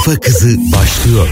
Kafa Kızı başlıyor.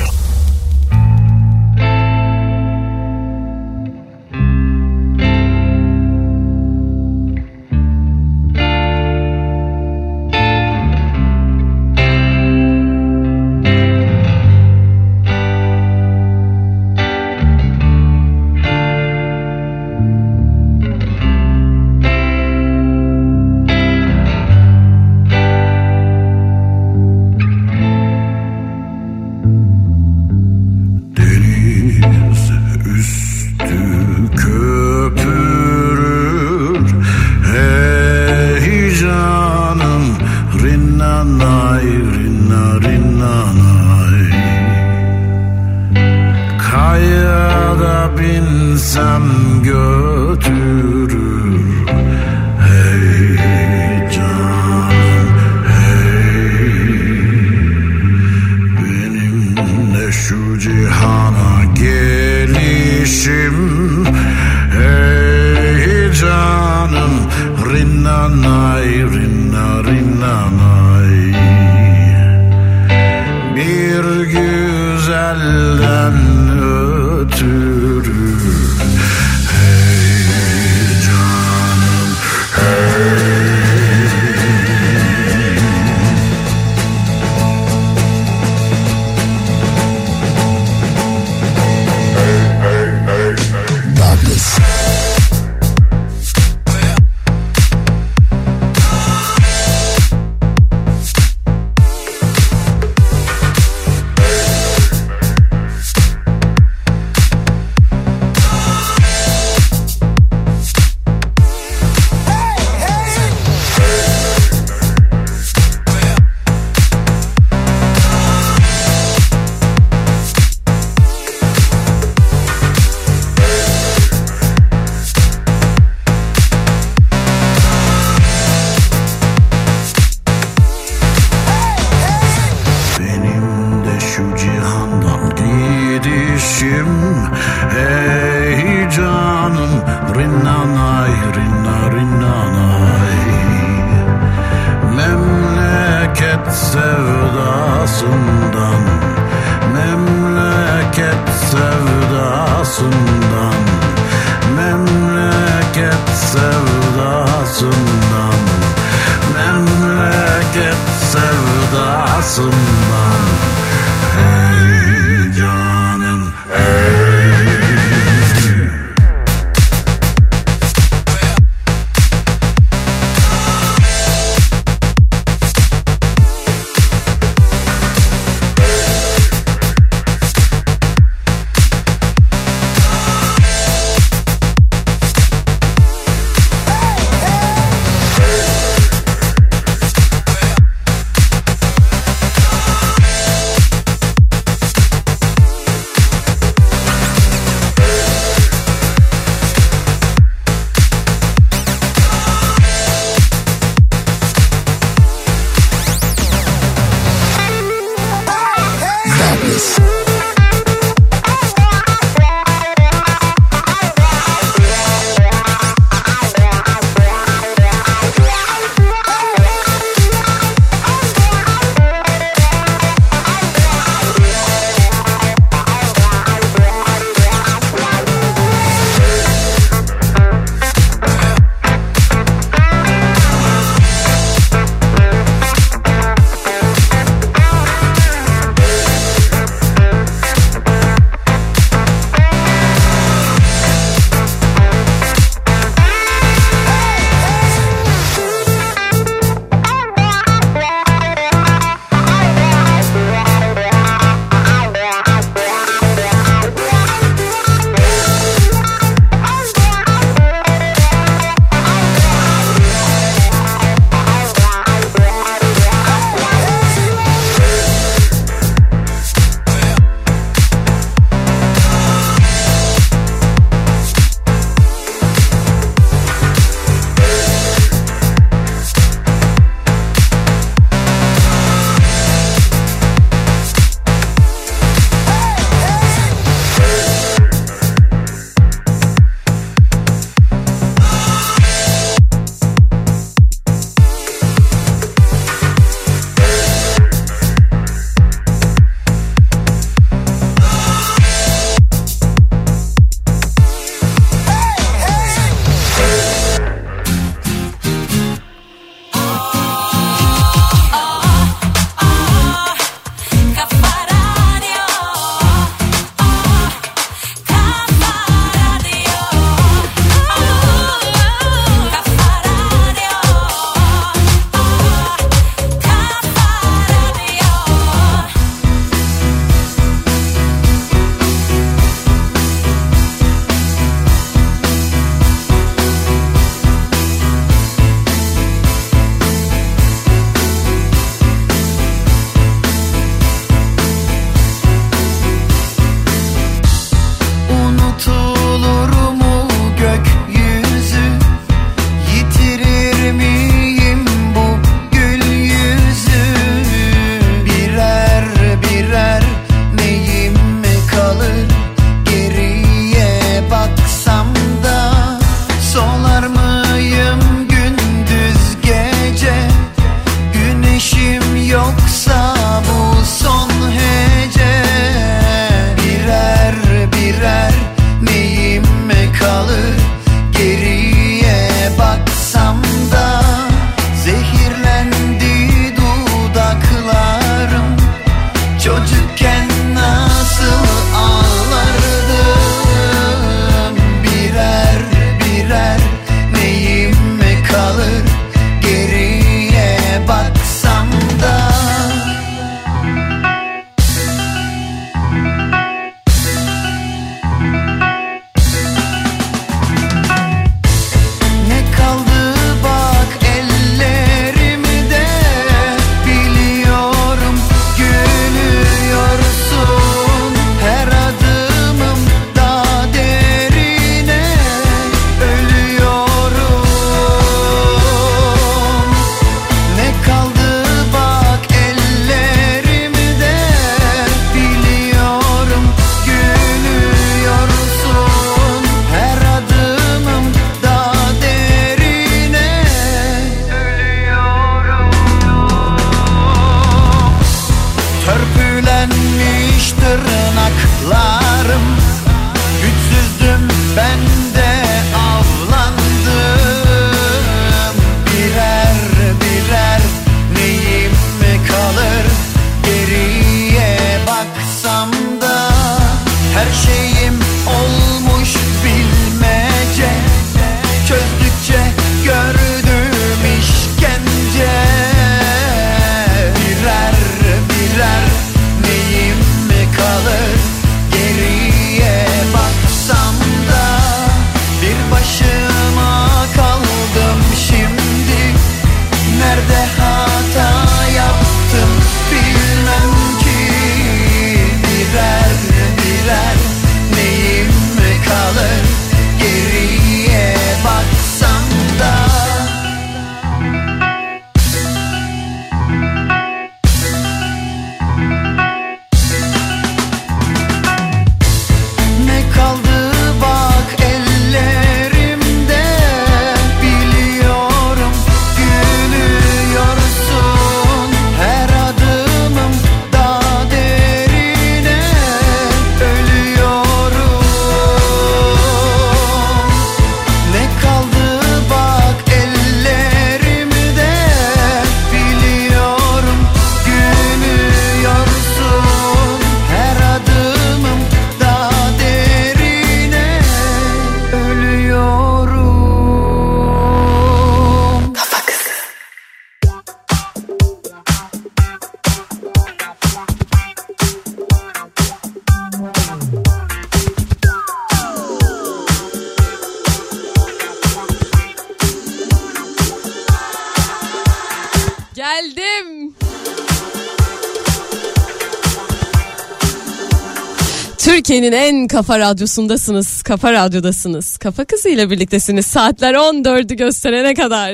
tırnaklarım. Güçsüzdüm ben de avlandım. Birer birer neyim kalır, geriye baksam da her şeyim olmuş bilmece. Çözdükçe gördüm işkence. Birer birer neyim kalır, geriye baksam da bir başıma kaldım şimdi. Nerede hata yaptım bilmem ki. Birer birer neyim kalır, geriye baksam da. Ne kaldı bak ellerimde, biliyorum gülüyorsun. Her adımım daha derine ölüyorum. Ne kaldı bak ellerimde, biliyorum gülüyorsun. Her adımım daha derine ölüyorum. Kafa Kızı. Geldim. Türkiye'nin en kafa radyosundasınız. Kafa Radyo'dasınız. Kafa Kızı ile birliktesiniz. Saatler 14'ü gösterene kadar.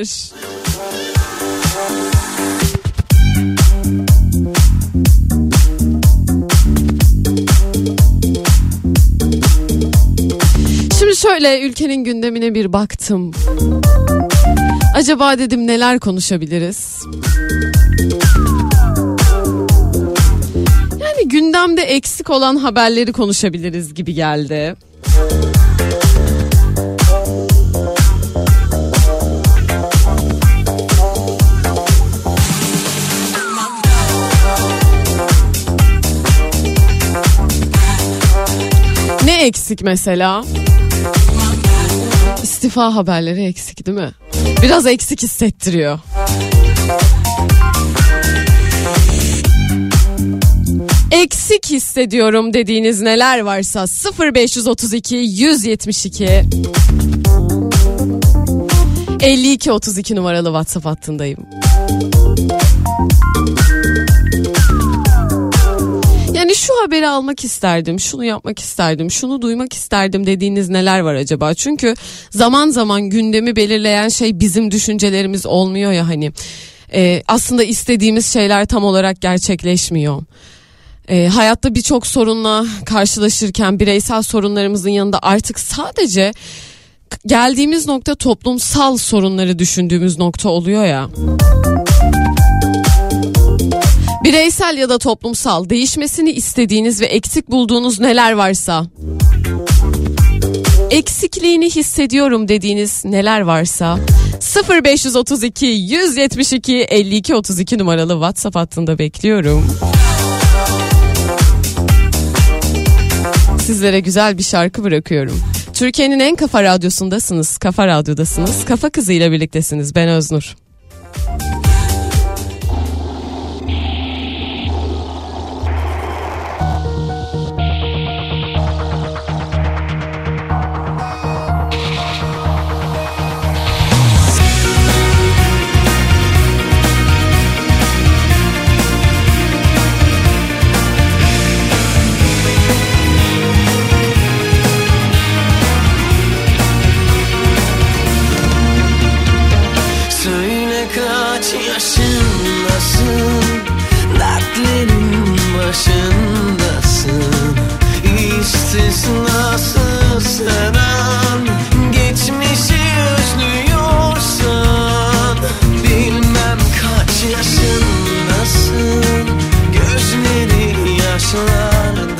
Şimdi şöyle ülkenin gündemine bir baktım. Acaba dedim neler konuşabiliriz? Yani gündemde eksik olan haberleri konuşabiliriz gibi geldi. Ne eksik mesela? İstifa haberleri eksik değil mi? Biraz eksik hissettiriyor. Eksik hissediyorum dediğiniz neler varsa 0532 172 52 32 numaralı WhatsApp hattındayım. Yani şu haberi almak isterdim, şunu yapmak isterdim, şunu duymak isterdim dediğiniz neler var acaba? Çünkü zaman zaman gündemi belirleyen şey bizim düşüncelerimiz olmuyor ya hani. Aslında istediğimiz şeyler tam olarak gerçekleşmiyor. Hayatta birçok sorunla karşılaşırken bireysel sorunlarımızın yanında artık sadece geldiğimiz nokta toplumsal sorunları düşündüğümüz nokta oluyor ya. Bireysel ya da toplumsal değişmesini istediğiniz ve eksik bulduğunuz neler varsa, eksikliğini hissediyorum dediğiniz neler varsa 0532 172 52 32 numaralı WhatsApp hattında bekliyorum. Sizlere güzel bir şarkı bırakıyorum. Türkiye'nin en kafa radyosundasınız, Kafa Radyo'dasınız. Kafa Kızı ile birliktesiniz. Ben Öznur. Yaşındasın, dertlerin başındasın, istisnasız seven, geçmişi özlüyorsan, bilmem kaç yaşındasın, gözleri yaşlarda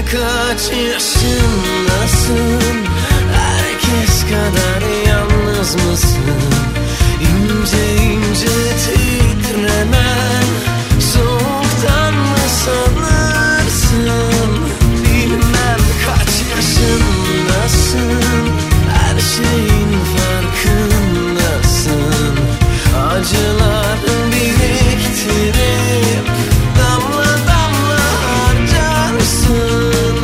kaç yaşındasın? Herkes kadar yalnız mısın? İnce ince titremen soğuktan mı sanırsın? Bilmem kaç yaşındasın, her şeyin farkındasın. Acılar biriktirip damla damla harcarsın.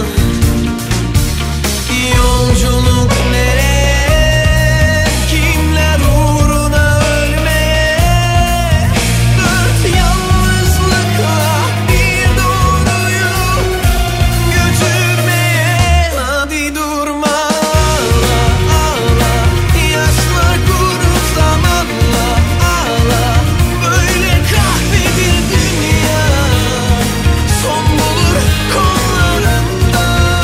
Yolculuk nereye, kimler uğruna ölmeye? Dört yalnızlıkla bir doğruyu götürmeye. Hadi durma, ağla, ağla, yaşlar kurur zamanla, ağla. Böyle kahvedir dünya, son bulur kollarında.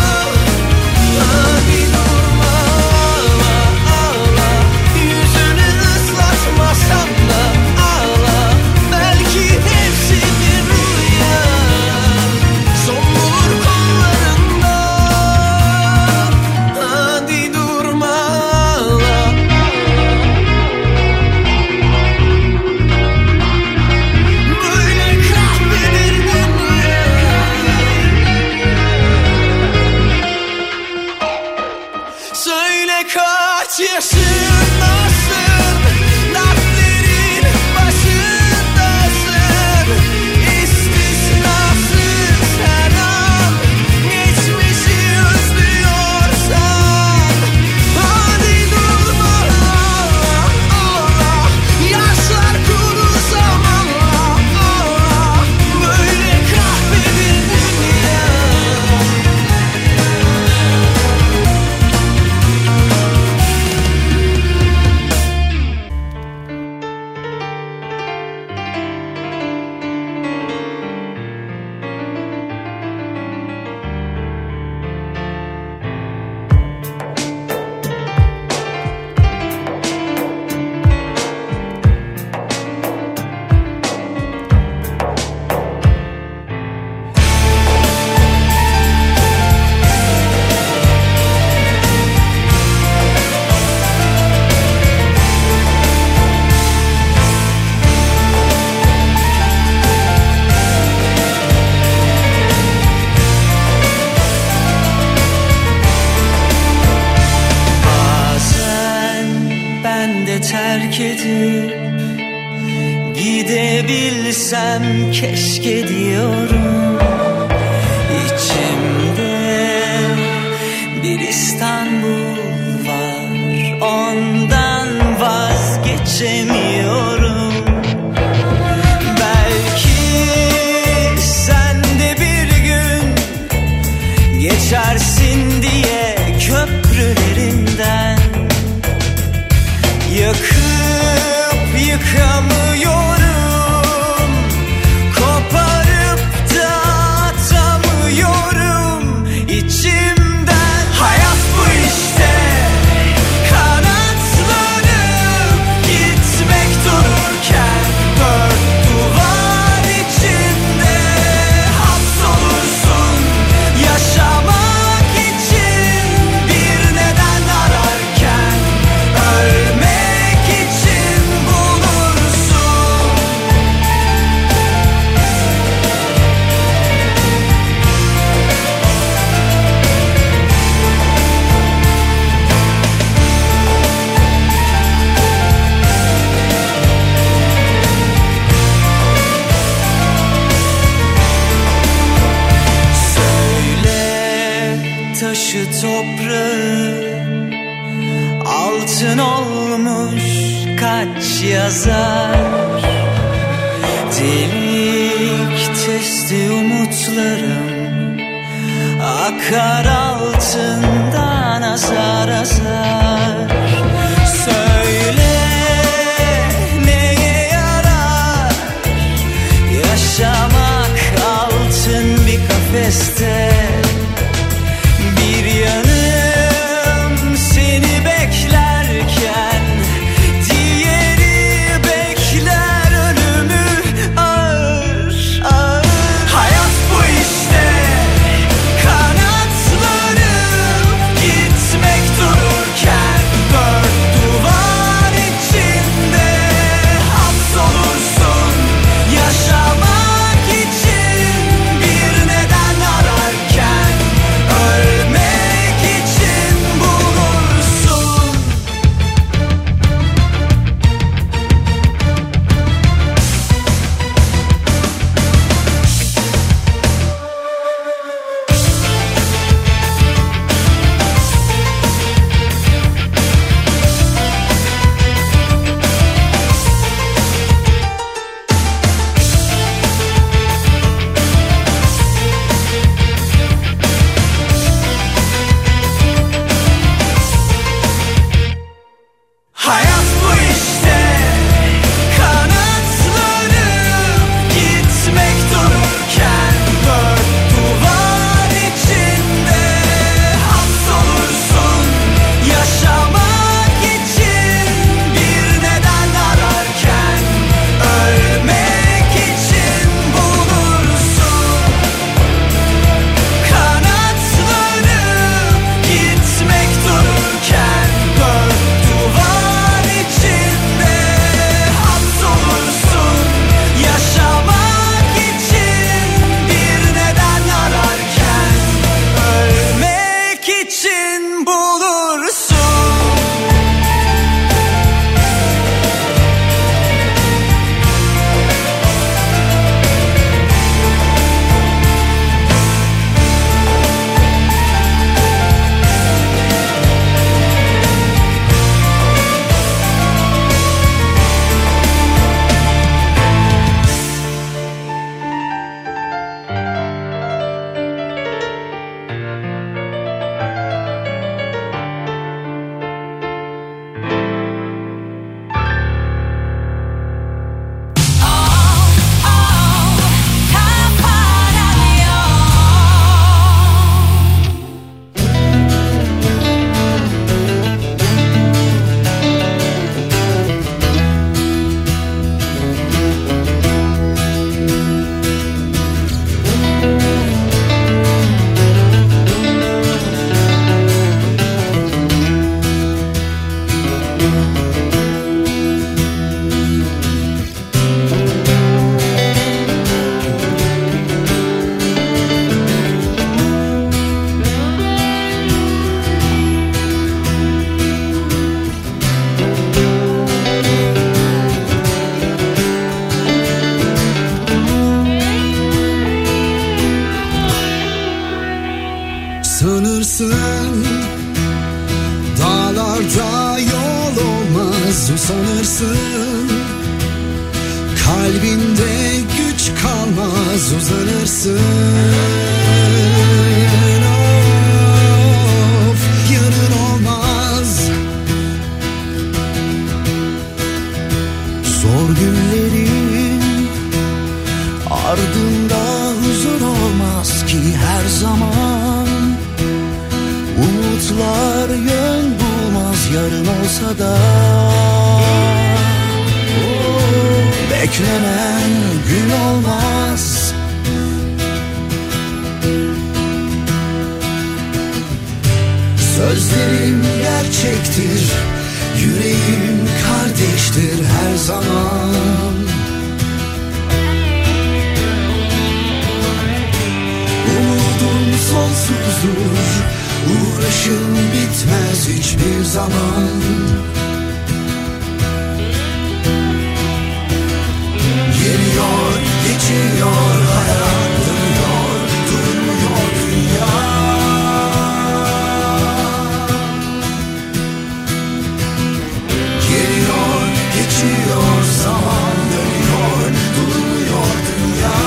Hadi durma, ağla, ağla, yüzünü ıslatmasam da ağla. Belki hepsi bir rüya, son bulur kollarında. Hadi durma, ağla. Böyle kahvedir dünya. Söyle kaç yaşındasın, dertlerin başındasın. İstisnasız her an geçmişi özlüyorsan. Hadi durma, ağla, ağla, yaşlar kurur zamanla, ağla. Böyle kahvedir dünya. Bazen ben de terk edip gidebilsem keşke diyorum. İçimde bir İstanbul var, ondan vazgeçemiyorum. Belki sen de bir gün geçersin diye köprülerinden. Yakıp yıkamıyorum, koparıp da atamıyorum içimden. Hayat bu işte, kanatlanıp gitmek dururken dört duvar içinde hapsolursun. Yaşamak için bir neden ararken ölmek için bulursun. Söyle taşı toprağı altın olmuş kaç yazar. Delik testi umutlarım akar altından azar azar. Söyle neye yarar yaşamak altın bir kafeste. Bir yanım seni beklerken diğeri bekler ölümü ağır ağır. Hayat bu işte, kanat Sanırsın dağlarda yol olmaz, usanırsın kalbinde güç kalmaz, uzanırsın. Of, yarın olmaz. Zor günlerin ardında huzur olmaz ki her zaman. Umutlar yön bulmaz yarın olsa da. Beklenen gün olmaz. Sözlerim gerçektir, yüreğim kardeştir her zaman. Umudum sonsuzdur, uğraşım bitmez hiçbir zaman. Geliyor, geçiyor hayat, dönüyor, durmuyor dünya. Geliyor, geçiyor zaman, dönüyor, durmuyor dünya.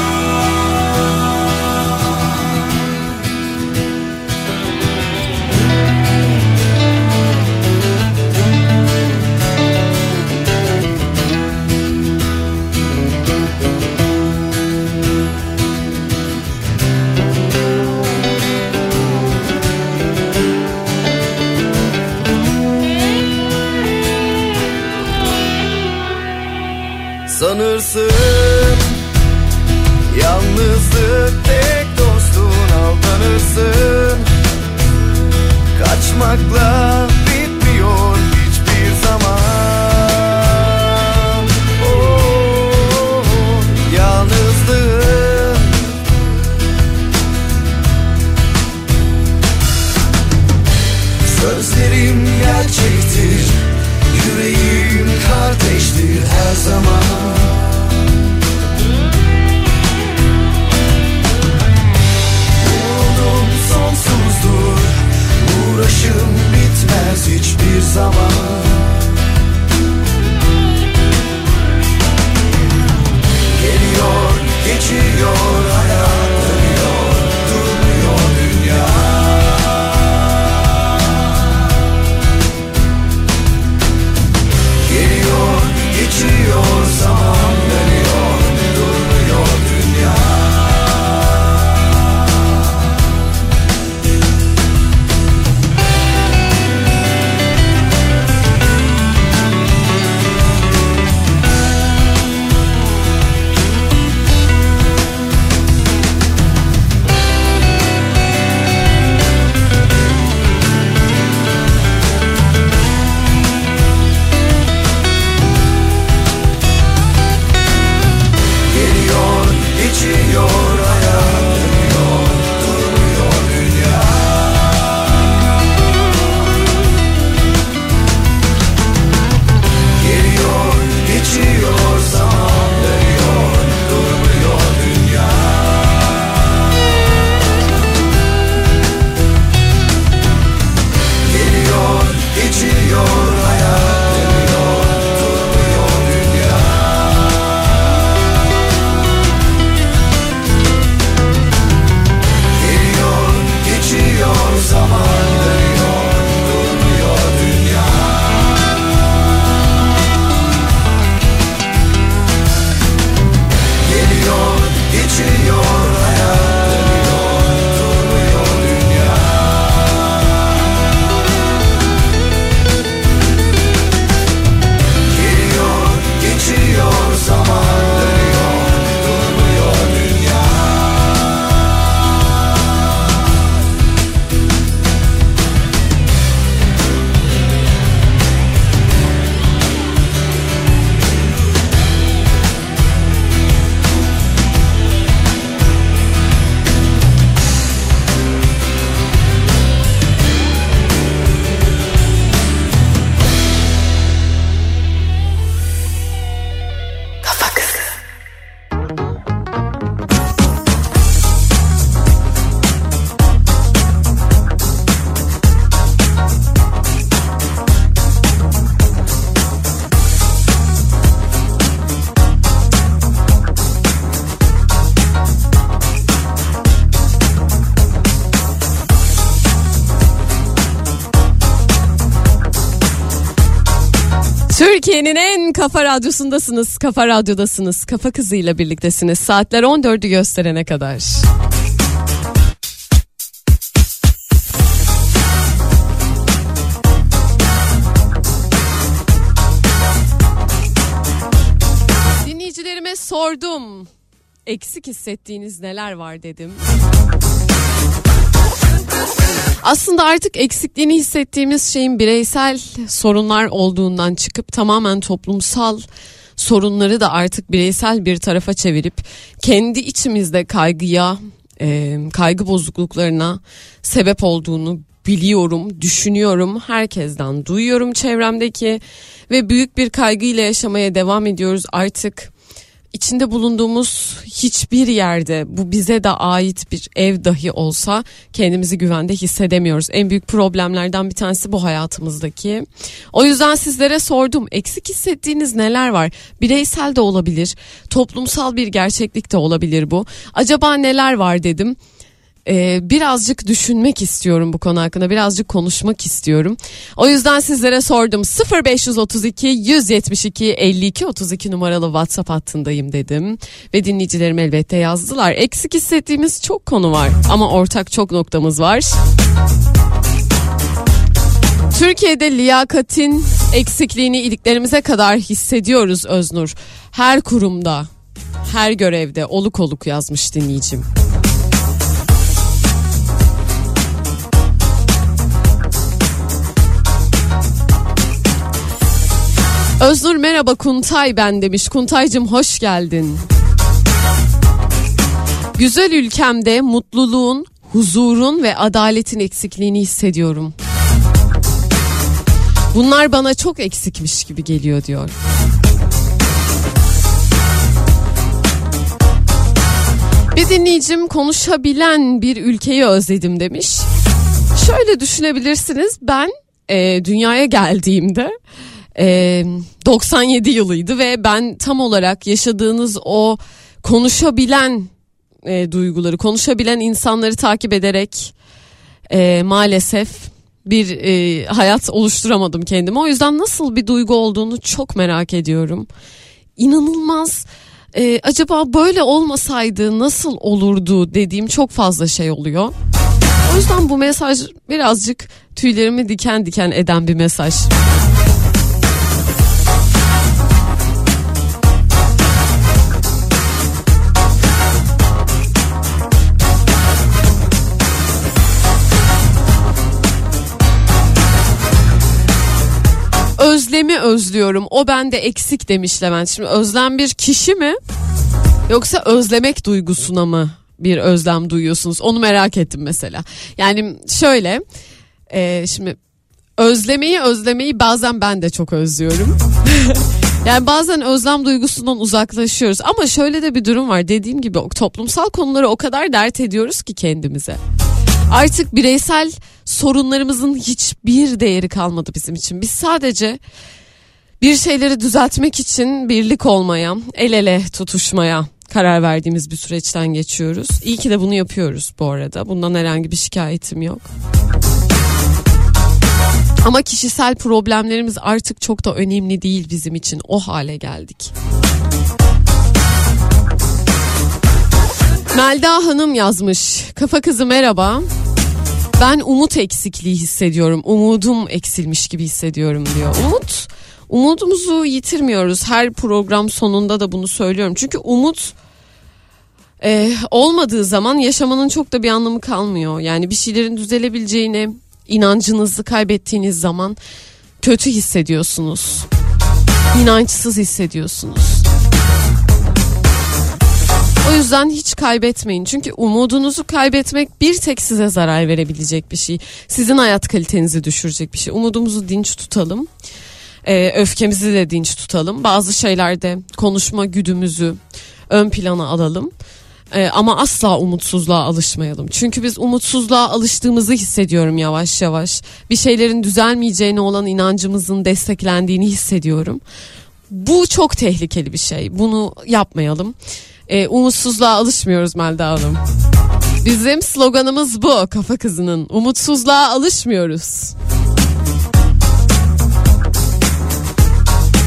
Sanırsın yalnızlık tek dostun, aldanırsın. Kaçmakla bitmiyor hiçbir zaman. Oh, yalnızlığın sözlerim gerçektir, yüreğim kardeştir her zaman. Umudum sonsuzdur, uğraşım bitmez hiçbir zaman. Geliyor, geçiyor hayat, dönüyor, durmuyor dünya. Geliyor, geçiyor zaman. Türkiye'nin en kafa radyosundasınız, Kafa Radyo'dasınız, Kafa Kızı'yla birliktesiniz. Saatler 14'ü gösterene kadar. Dinleyicilerime sordum. Eksik hissettiğiniz neler var dedim. Aslında artık eksikliğini hissettiğimiz şeyin bireysel sorunlar olduğundan çıkıp tamamen toplumsal sorunları da artık bireysel bir tarafa çevirip kendi içimizde kaygıya, kaygı bozukluklarına sebep olduğunu biliyorum, düşünüyorum, herkesten duyuyorum çevremdeki ve büyük bir kaygıyla yaşamaya devam ediyoruz artık. İçinde bulunduğumuz hiçbir yerde, bu bize de ait bir ev dahi olsa, kendimizi güvende hissedemiyoruz. En büyük problemlerden bir tanesi bu hayatımızdaki. O yüzden sizlere sordum. Eksik hissettiğiniz neler var? Bireysel de olabilir, toplumsal bir gerçeklik de olabilir bu. Acaba neler var dedim. Birazcık düşünmek istiyorum bu konu hakkında, birazcık konuşmak istiyorum. O yüzden sizlere sordum. 0532 172 52 32 numaralı WhatsApp hattındayım dedim ve dinleyicilerim elbette yazdılar. Eksik hissettiğimiz çok konu var ama ortak çok noktamız var. Türkiye'de liyakatin eksikliğini iliklerimize kadar hissediyoruz Öznur. Her kurumda, her görevde oluk oluk yazmış dinleyicim. Öznur merhaba, Kuntay ben demiş. Kuntaycığım hoş geldin. Güzel ülkemde mutluluğun, huzurun ve adaletin eksikliğini hissediyorum. Bunlar bana çok eksikmiş gibi geliyor diyor. Bir dinleyicim konuşabilen bir ülkeyi özledim demiş. Şöyle düşünebilirsiniz, ben dünyaya geldiğimde 97 yılıydı ve ben tam olarak yaşadığınız o konuşabilen duyguları, konuşabilen insanları takip ederek maalesef bir hayat oluşturamadım kendime. O yüzden nasıl bir duygu olduğunu çok merak ediyorum. İnanılmaz. Acaba böyle olmasaydı nasıl olurdu dediğim çok fazla şey oluyor. O yüzden bu mesaj birazcık tüylerimi diken diken eden bir mesaj. Özlemi özlüyorum, o bende eksik demiş Levent. Şimdi özlem bir kişi mi yoksa özlemek duygusuna mı bir özlem duyuyorsunuz, onu merak ettim mesela. Yani şöyle şimdi özlemeyi bazen ben de çok özlüyorum. Yani bazen özlem duygusundan uzaklaşıyoruz ama şöyle de bir durum var, dediğim gibi toplumsal konuları o kadar dert ediyoruz ki kendimize. Artık bireysel sorunlarımızın hiçbir değeri kalmadı bizim için. Biz sadece bir şeyleri düzeltmek için birlik olmaya, el ele tutuşmaya karar verdiğimiz bir süreçten geçiyoruz. İyi ki de bunu yapıyoruz bu arada. Bundan herhangi bir şikayetim yok. Ama kişisel problemlerimiz artık çok da önemli değil bizim için. O hale geldik. Melda Hanım yazmış. Kafa Kızı merhaba. Ben umut eksikliği hissediyorum. Umudum eksilmiş gibi hissediyorum diyor. Umudumuzu yitirmiyoruz. Her program sonunda da bunu söylüyorum. Çünkü umut olmadığı zaman yaşamanın çok da bir anlamı kalmıyor. Yani bir şeylerin düzelebileceğine inancınızı kaybettiğiniz zaman kötü hissediyorsunuz. İnançsız hissediyorsunuz. O yüzden hiç kaybetmeyin. Çünkü umudunuzu kaybetmek bir tek size zarar verebilecek bir şey. Sizin hayat kalitenizi düşürecek bir şey. Umudumuzu dinç tutalım. Öfkemizi de dinç tutalım. Bazı şeylerde konuşma güdümüzü ön plana alalım. Ama asla umutsuzluğa alışmayalım. Çünkü biz umutsuzluğa alıştığımızı hissediyorum yavaş yavaş. Bir şeylerin düzelmeyeceğine olan inancımızın desteklendiğini hissediyorum. Bu çok tehlikeli bir şey. Bunu yapmayalım. Umutsuzluğa alışmıyoruz Melda Hanım. Bizim sloganımız bu, Kafa Kızı'nın. Umutsuzluğa alışmıyoruz.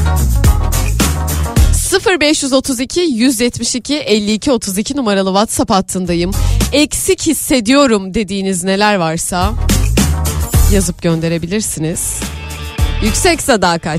0532 172 52 32 numaralı WhatsApp hattındayım. Eksik hissediyorum dediğiniz neler varsa yazıp gönderebilirsiniz. Yüksek Sadakat.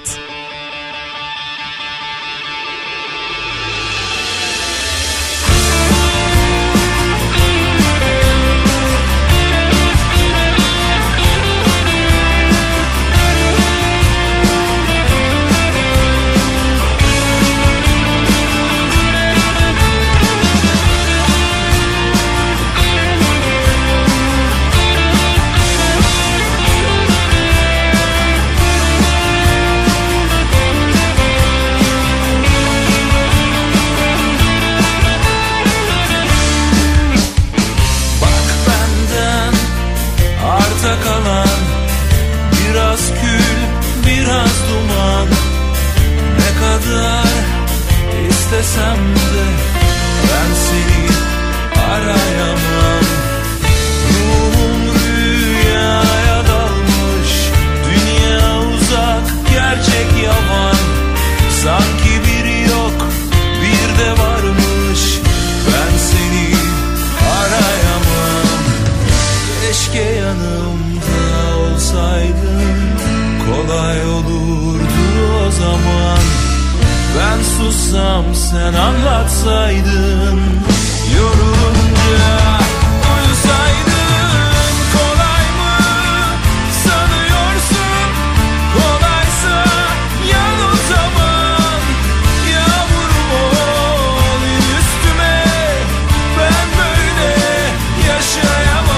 Kalan biraz kül, biraz duman. Ne kadar istesem de ben seni arayamam. Ruhum rüyaya dalmış, dünya uzak, gerçek yavan. Sanki bir yok, bir de varmış, ben seni arayamam. Keşke yanımda olsaydın, kolay olurdu o zaman. Ben sussam sen anlatsaydın, yorulunca uyusaydın. Kolay mı sanıyorsun? Kolaysa yan o zaman. Yağmurum ol üstüme, ben böyle yaşayamam.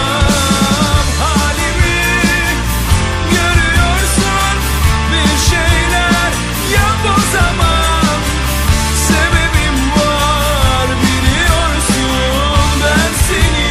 Sebebim var biliyorsun, ben seni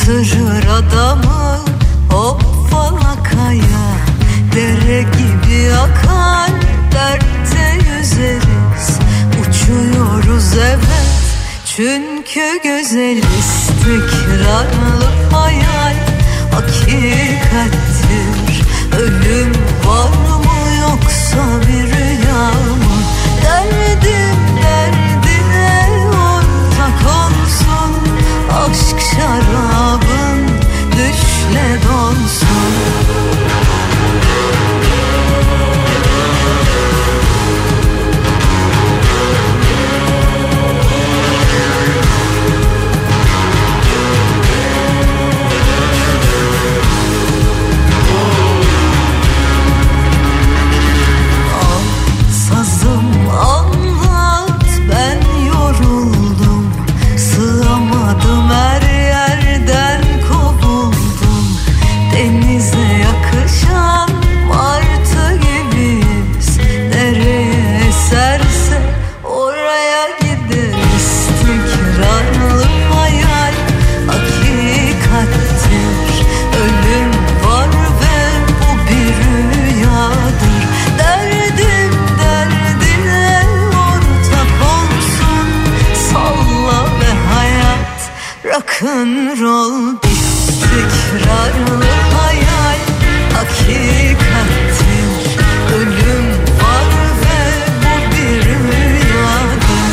Batırır adamı hop falakaya, dere gibi akar dertte yüzeriz. Uçuyoruz evet çünkü güzel, istikrarlı hayal hakikattir. Ölüm var mı yoksa bir rüya mı? Derdim derdine ortak olsun, aşk şarabın düşle donsun. Rock'n'roll istikrarlı hayal hakikattir. Ölüm var ve bu bir rüyadır.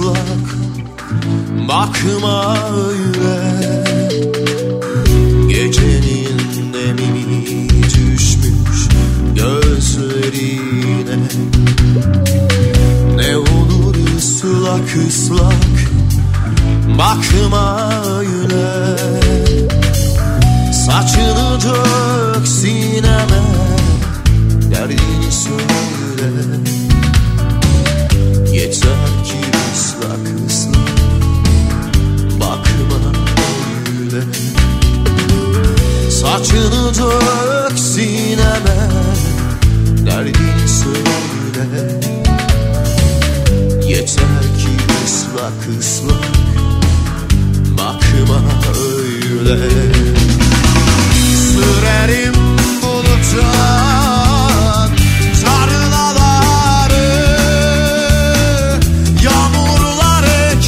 ıslak. Bakma öyle, gecenin nemini düşmüş gözlerine. Ne olur ıslak ıslak, bakma öyle. Saçını dök sineme, derdini söyle. Yeter ki ıslak ıslak, bakma öyle. Saçını dök sineme, derdini söyle. Yeter ki ıslak ıslak, bakma öyle. Sürerim buluttan tarlaları, yağmurlar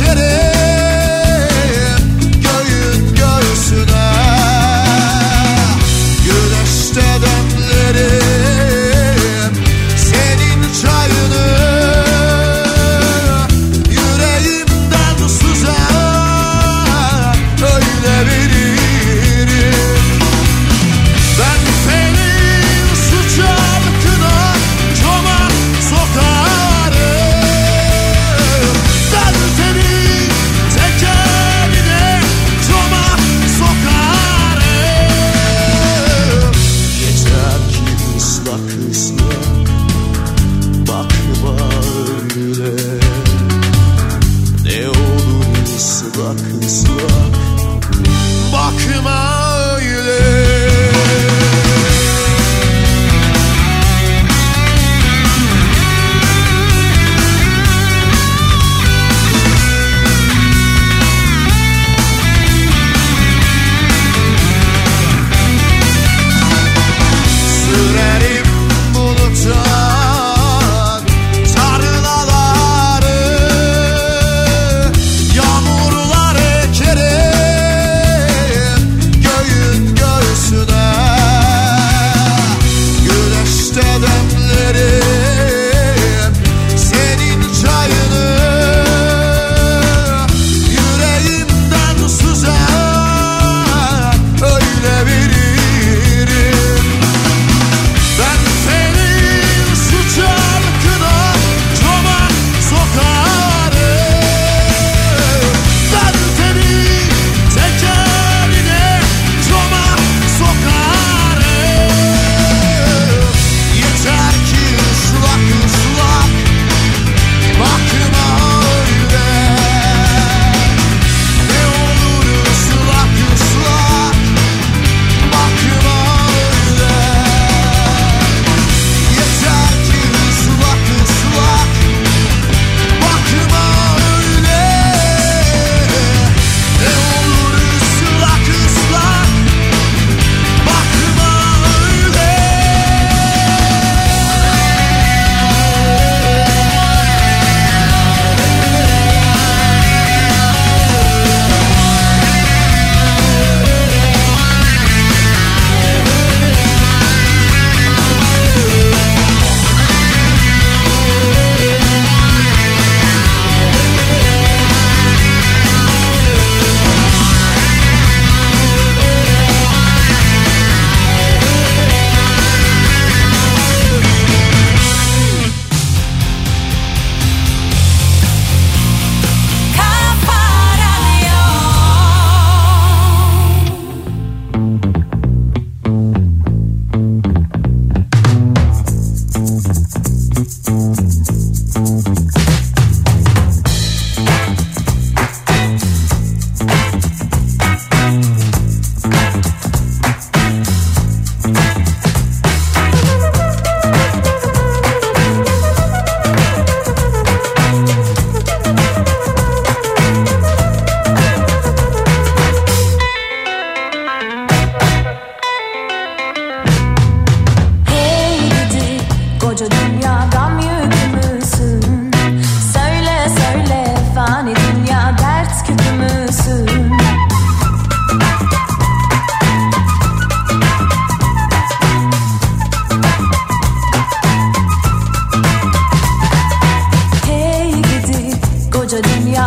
ekerim göğün göğsüne. Güneşte demlerim senin çayını, yüreğimden süzer öyle veririm. Ben senin su çarkına çomak sokarım. Ben senin tekerine çomak sokarım. Yeter ki ıslak ıslak, bakma öyle. Ne olur ıslak ıslak, bakma öyle. Sürerim buluttan tarlaları, yağmurlar ekerim göğün göğsüne. Güneşte demlerim senin çayını, yüreğimden süzer öyle veririm. Ben senin su çarkına çomak sokarım. Ben senin tekerine çomak sokarım. Yeter ki ıslak ıslak, bakma öyle. Ne olur ıslak ıslak, bakma öyle. Yeter ki ıslak ıslak, bakma öyle. Ne olur ıslak ıslak, bakma öyle. Hey gidi koca dünya gam yükümüzsün. Söyle söyle fani dünya dert küpümüzsün. Hey gidi koca dünya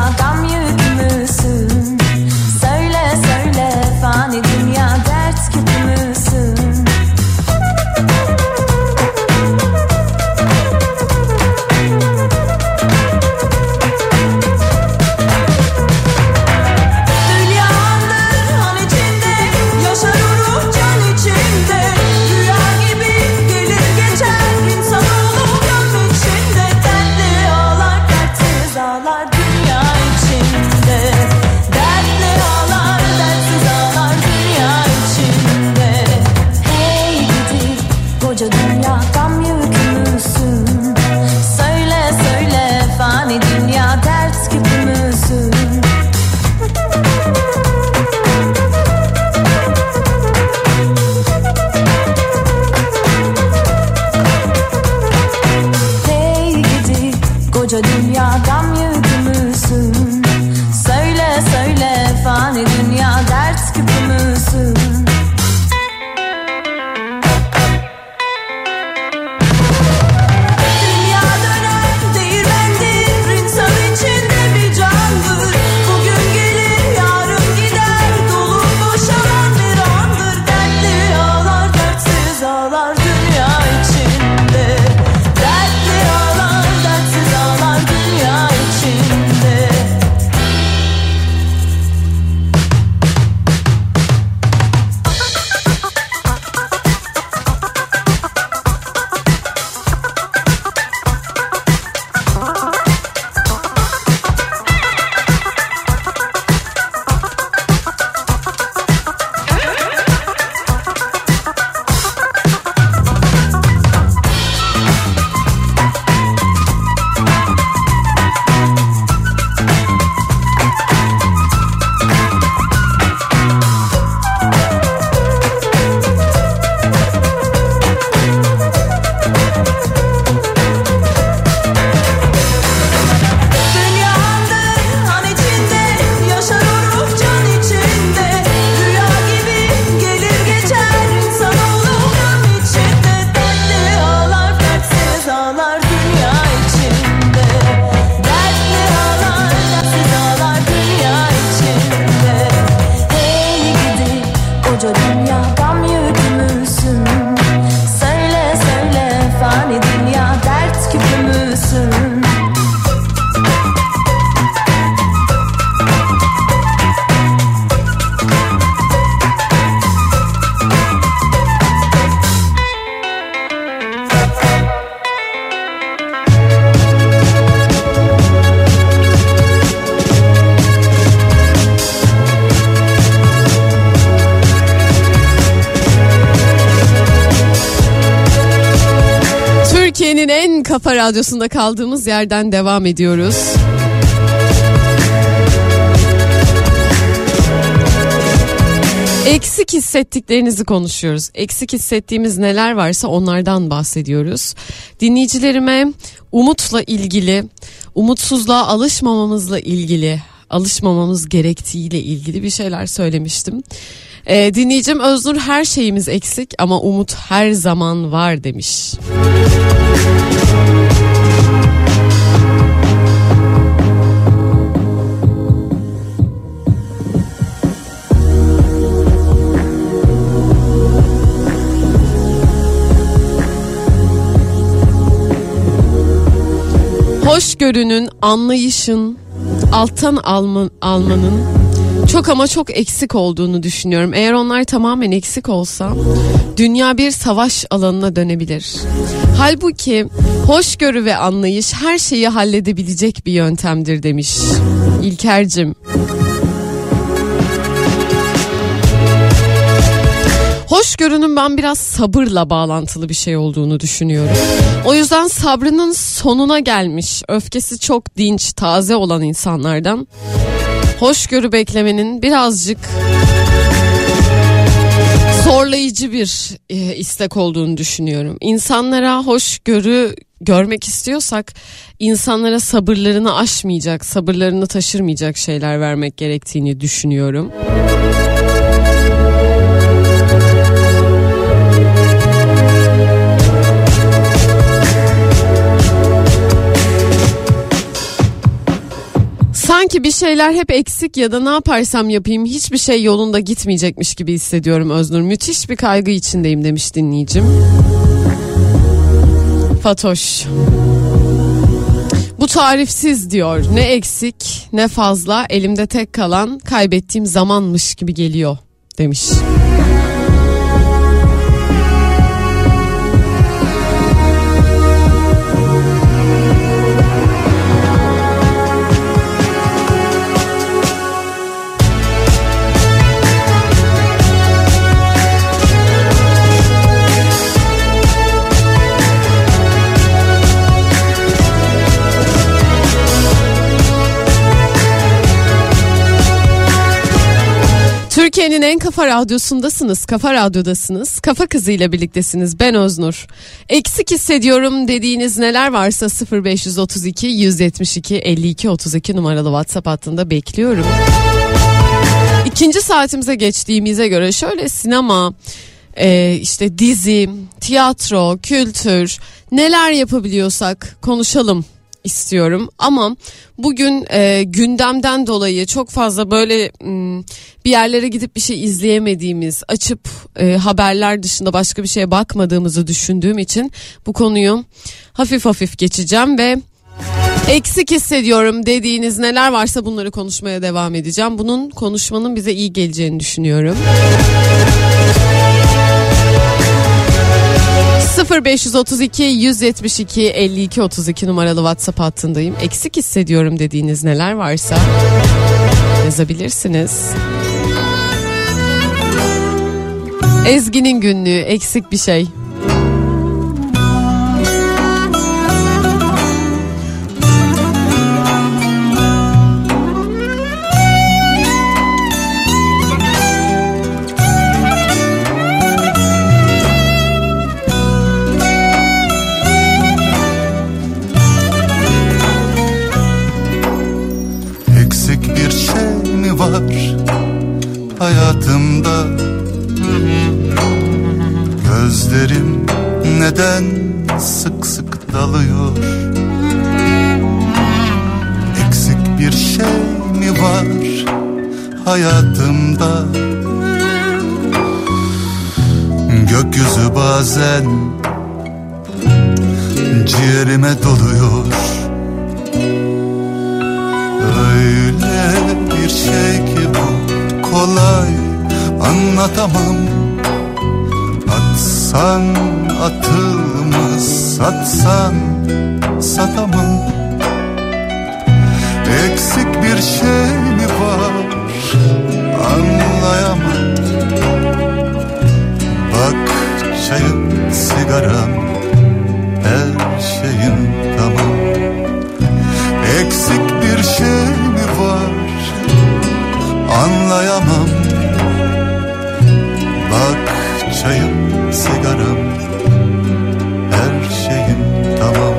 koca dünya gam yükümüzsün. Söyle söyle fani dünya dert küpümüzsün. Hey gidi koca dünya gam yükümüzsün. Söyle söyle fani dünya dert küpümüzsün. Dünya döner değirmendir, insan içinde bir candır. Bugün gelir yarın gider, dolu boşalan bir andır. Dertli ağlar dertsiz ağlar dünya içinde. Dertli ağlar dertsiz ağlar dünya içinde. Dünyandır han içinde, yaşar o ruh can içinde. Rüya gibi gelir geçer, insanoğlu gam içinde. Dertli ağlar dertsiz ağlar dünya içinde. Dertli ağlar dertsiz ağlar dünya içinde. Hey gidi koca dünya gam yükümüzsün. Söyle söyle fani dünya dert küpümüzsün. Türkiye'nin en kafa radyosunda kaldığımız yerden devam ediyoruz. Eksik hissettiklerinizi konuşuyoruz. Eksik hissettiğimiz neler varsa onlardan bahsediyoruz. Dinleyicilerime umutla ilgili, umutsuzluğa alışmamamızla ilgili, alışmamamız gerektiğiyle ilgili bir şeyler söylemiştim. Dinleyicim Öznur her şeyimiz eksik ama umut her zaman var demiş. Hoşgörünün, anlayışın, alttan almanın çok ama çok eksik olduğunu düşünüyorum. Eğer onlar tamamen eksik olsa dünya bir savaş alanına dönebilir. Halbuki hoşgörü ve anlayış her şeyi halledebilecek bir yöntemdir demiş İlker'cim. Hoşgörünün ben biraz sabırla bağlantılı bir şey olduğunu düşünüyorum. O yüzden sabrının sonuna gelmiş, öfkesi çok dinç, taze olan insanlardan hoşgörü beklemenin birazcık zorlayıcı bir istek olduğunu düşünüyorum. İnsanlara hoşgörü görmek istiyorsak insanlara sabırlarını aşmayacak, sabırlarını taşırmayacak şeyler vermek gerektiğini düşünüyorum. Sanki bir şeyler hep eksik ya da ne yaparsam yapayım hiçbir şey yolunda gitmeyecekmiş gibi hissediyorum Öznur. Müthiş bir kaygı içindeyim demiş dinleyicim. Fatoş. Bu tarifsiz diyor. Ne eksik ne fazla, elimde tek kalan kaybettiğim zamanmış gibi geliyor demiş. Türkiye'nin en kafa radyosundasınız, Kafa Radyo'dasınız. Kafa Kızı ile birliktesiniz. Ben Öznur. Eksik hissediyorum dediğiniz neler varsa 0532 172 52 32 numaralı WhatsApp hattında bekliyorum. İkinci saatimize geçtiğimize göre şöyle sinema, işte dizi, tiyatro, kültür, neler yapabiliyorsak konuşalım istiyorum. Ama bugün gündemden dolayı çok fazla böyle bir yerlere gidip bir şey izleyemediğimiz, açıp haberler dışında başka bir şeye bakmadığımızı düşündüğüm için bu konuyu hafif hafif geçeceğim ve eksik hissediyorum dediğiniz neler varsa bunları konuşmaya devam edeceğim. Bunun konuşmanın bize iyi geleceğini düşünüyorum. 0532 172 52 32 numaralı WhatsApp hattındayım. Eksik hissediyorum dediğiniz neler varsa yazabilirsiniz. Ezgi'nin günlüğü, eksik bir şey. Hayatımda gözlerim neden sık sık dalıyor? Eksik bir şey mi var hayatımda? Gökyüzü bazen ciğerime doluyor. Öyle bir şey ki bu, kolay anlatamam. Atsan atılmaz, satsan satamam. Eksik bir şey mi var anlayamam. Bak çayım, sigaram, her şeyim tamam. Eksik bir şey mi var anlayamam. Bak çayım, sigaram, her şeyim tamam.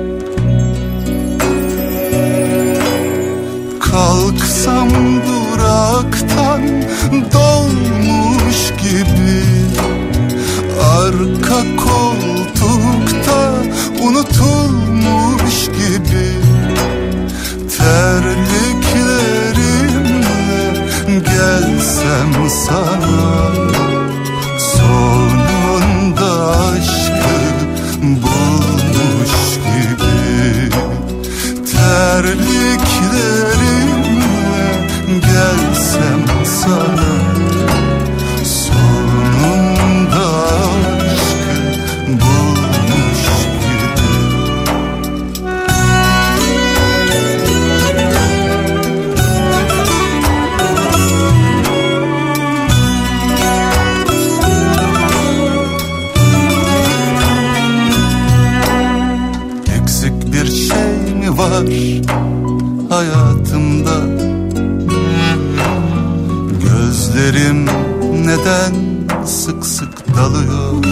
Kalksam duraktan dolmuş gibi, arka koltukta unutulmuş gibi, terliklerimle gelsem sana, sonunda aşkı bulmuş gibi, terliklerimle gelsem sana, sonunda aşkı bulmuş gibi. Eksik bir şey mi var hayatımda? Gözlerim neden sık sık dalıyor?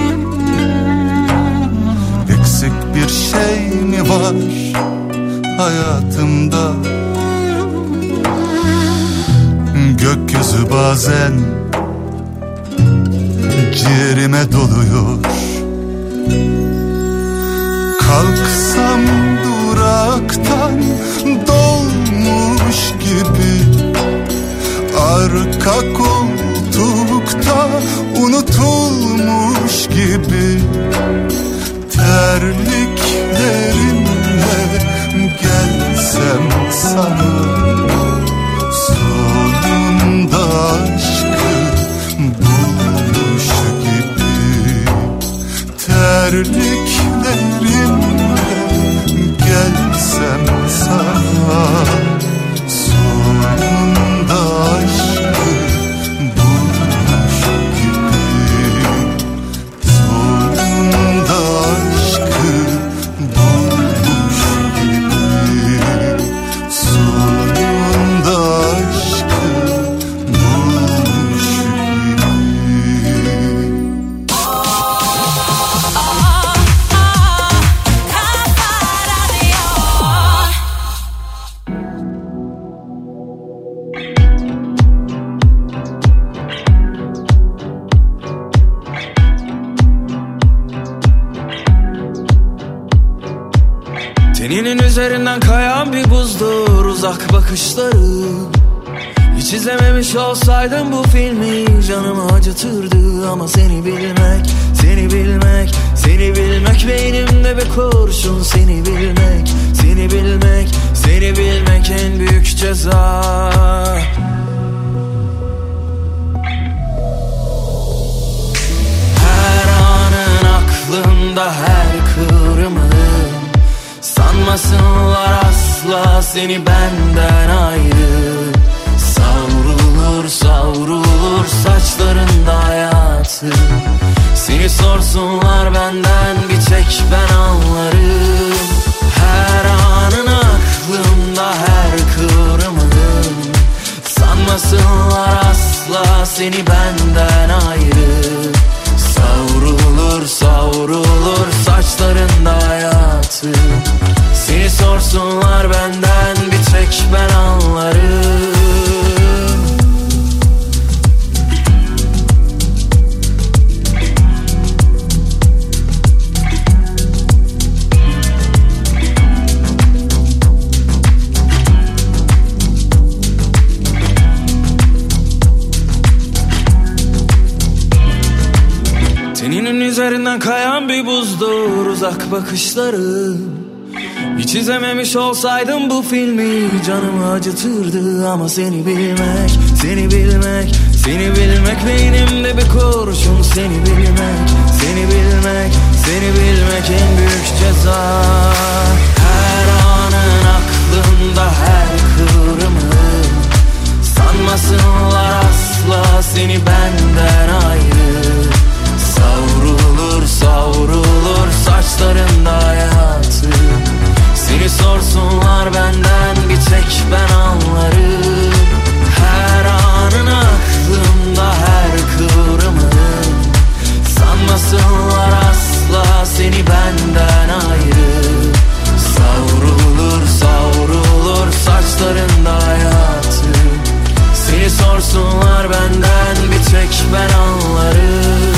Eksik bir şey mi var hayatımda? Gökyüzü bazen ciğerime doluyor. Kalksam duraktan dolmuş gibi, arka koltukta unutulmuş gibi, terliklerimle gelsem sana, sonunda aşkı bulmuş gibi, terliklerimle gelsem sana, sonunda aşkı bulmuş gibi, sonunda aşkı bulmuş gibi, sonunda aşkı bulmuş Teninin üzerinden kayan bir buzdur uzak bakışların. Hiç izlememiş olsaydım bu filmi canımı acıtırdı. Ama seni bilmek, seni bilmek, seni bilmek beynimde bir kurşun. Seni bilmek, seni bilmek, seni bilmek en büyük ceza. Her anın aklımda her kıvrımın. Sanmasınlar asla seni benden ayrı. Savrulur savrulur saçlarında hayatı. Seni sorsunlar benden bir tek ben anlarım. Her anın aklımda her kıvrımın. Sanmasınlar asla seni benden ayrı. Savrulur savrulur saçlarında hayatı. Seni sorsunlar benden bir tek ben anlarım. Teninin üzerinden kayan bir buzdur uzak bakışları. Hiç izlememiş olsaydım bu filmi canımı acıtırdı. Ama seni bilmek, seni bilmek, seni bilmek beynimde bir kurşun. Seni bilmek, seni bilmek, seni bilmek en büyük ceza. Her anın aklımda her kıvrımın. Sanmasınlar asla seni benden ayrı. Savrulur savrulur saçlarında hayatı. Seni sorsunlar benden bir tek ben anlarım. Her anın aklımda her kıvrımın. Sanmasınlar asla seni benden ayrı. Savrulur savrulur saçlarında hayatı. Seni sorsunlar benden bir tek ben anlarım.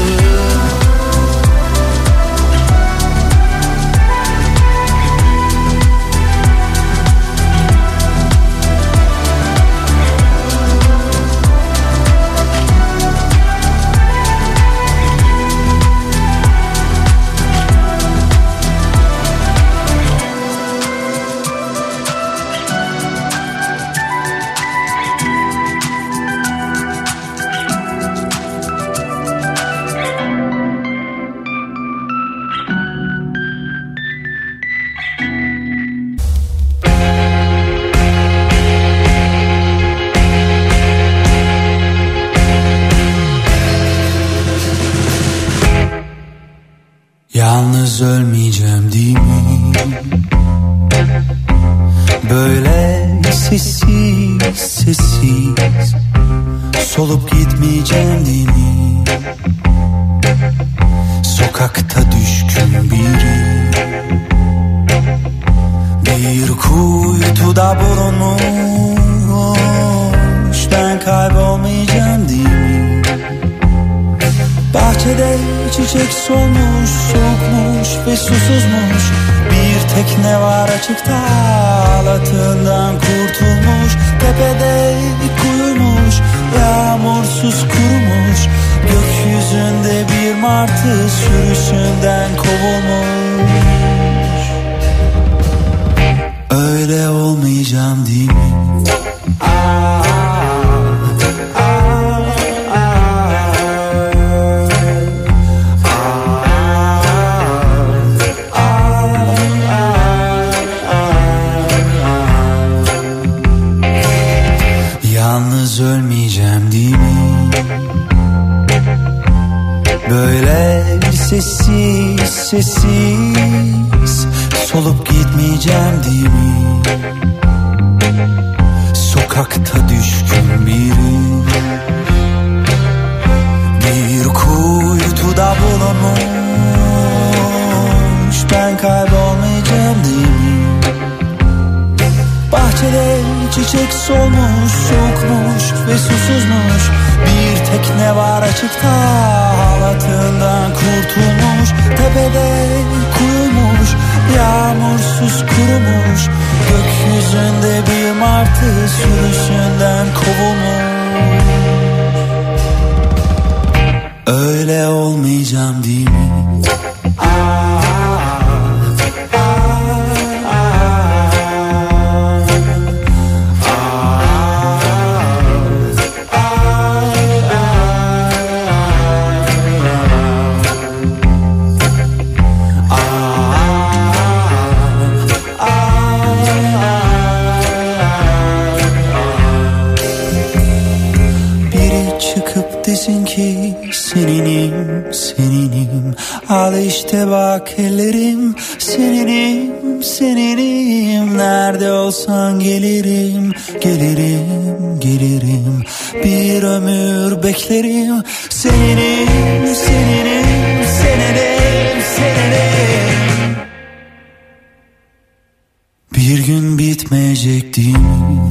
Yalnız ölmeyeceğim değil mi? Böyle sessiz sessiz solup gitmeyeceğim değil mi? Sokakta düşkün biri bir kuytuda bulunmuş. Ben kaybolmayacağım değil mi? Bahçede çiçek solmuş, soğukmuş ve susuzmuş. Bir tekne var açıkta, halatından kurtulmuş. Tepede kuyumuş, yağmursuz kurumuş. Gökyüzünde bir martı sürüsünden kovulmuş. Öyle olmayacağım değil mi? Yalnız ölmeyeceğim değil mi? Böyle sessiz sessiz solup gitmeyeceğim değil mi? Sokakta düşkün biri bir kuytuda bulunmuş. Ben kaybolmayacağım değil mi? Bahçede çiçek solmuş, soğukmuş ve susuzmuş. Bir tekne var açıkta, halatından kurtulmuş. Tepede kuyumuş, yağmursuz susuz kurumuş, gökyüzünde bir martı sürüsünden kovulmuş. Öyle olmayacağım değil mi? Desin ki seninim, seninim. Al işte bak ellerim, seninim, seninim. Nerede olsan gelirim, gelirim, gelirim. Bir ömür beklerim. Seninim, seninim, seninim, seninim. Bir gün bitmeyecek değil mi?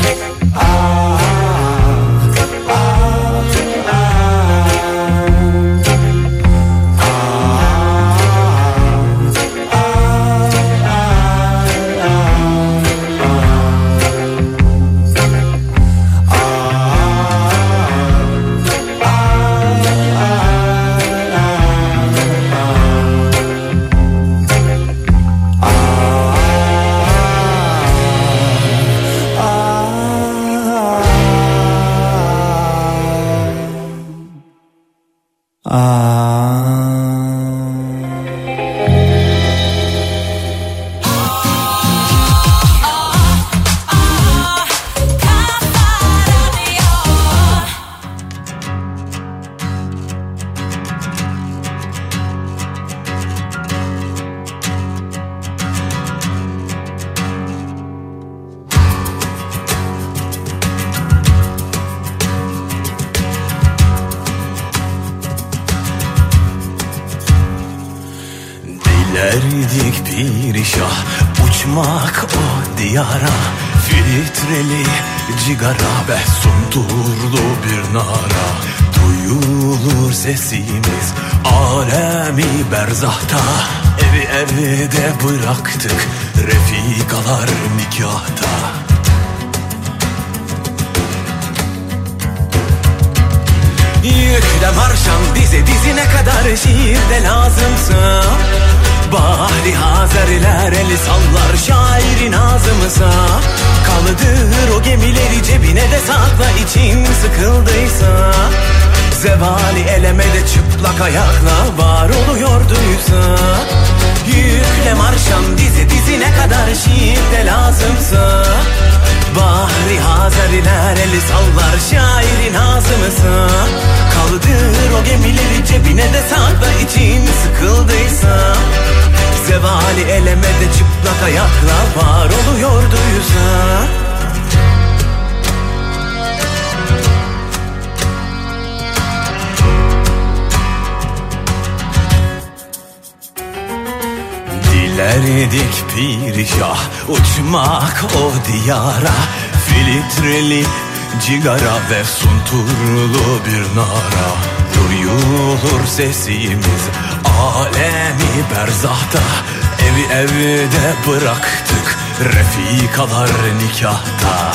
Dilerdik bir şah uçmak o diyara, filtreli cigara ve sunturlu bir nara. Duyulur sesimiz alemi berzahta, evi evde bıraktık refikalar nikahta. Yükle marşam dize dizine kadar şiirde lazımsa, Bahri Hazerler eli sallar şairi nazımıza. Kaldır o gemileri cebine de sakla, için sıkıldıysa. Zevali elemede çıplak ayakla var oluyorduysa. Yükle marşam dize dizine kadar şiirde lazımsa, Bahri Hazerler eli sallar şairi nazımıza. Kaldır o gemileri cebine de sakla, için sıkıldıysa. Zevali elemede çıplak ayakla var oluyorduysa. Dilerdik pirişah uçmak o diyara, filtreli cigara ve sunturlu bir nara. Duyulur sesimiz alemi berzahta, evi evde bıraktık refikalar nikahta.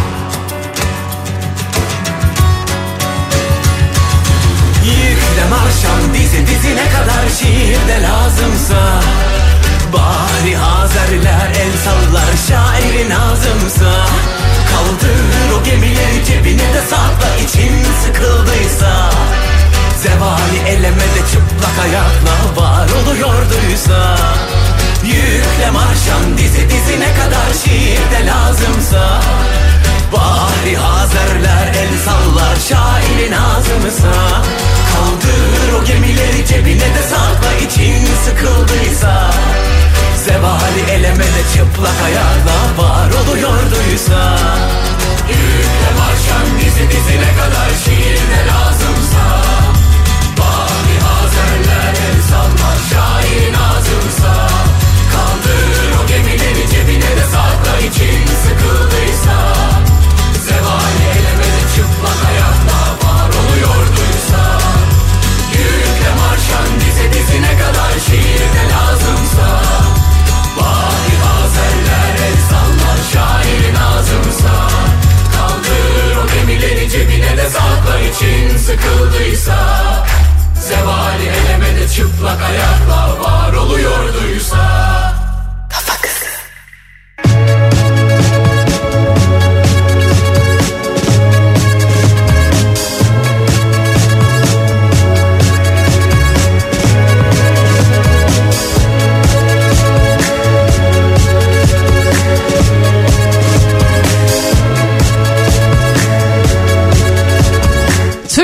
Yükle marşam dizi dizine kadar şiirde lazımsa, Bahri Hazerler el sallar şairi nazımsa. Kaldır o gemileri cebine de sakla, için sıkıldıysa. Zevali elemede çıplak ayakla var oluyorduysa. Yükle marşam dizi dizine kadar şiirde lazımsa, Bahri Hazerler el sallar şairi nazımıza. Kaldır o gemileri cebine de sakla, için sıkıldıysa. Zevali elemede çıplak ayakla var oluyorduysa. Yükle marşam dizi dizine kadar şiirde lazımsa, Bahri Hazerler el sallar şairi nazımsa. Kaldır o gemileri cebine de sakla, için sıkıldıysa. Zevali elemede çıplak ayakla var oluyorduysa. Yükle marşam dizi dizine kadar şiirde lazımsa, Bahri Hazerler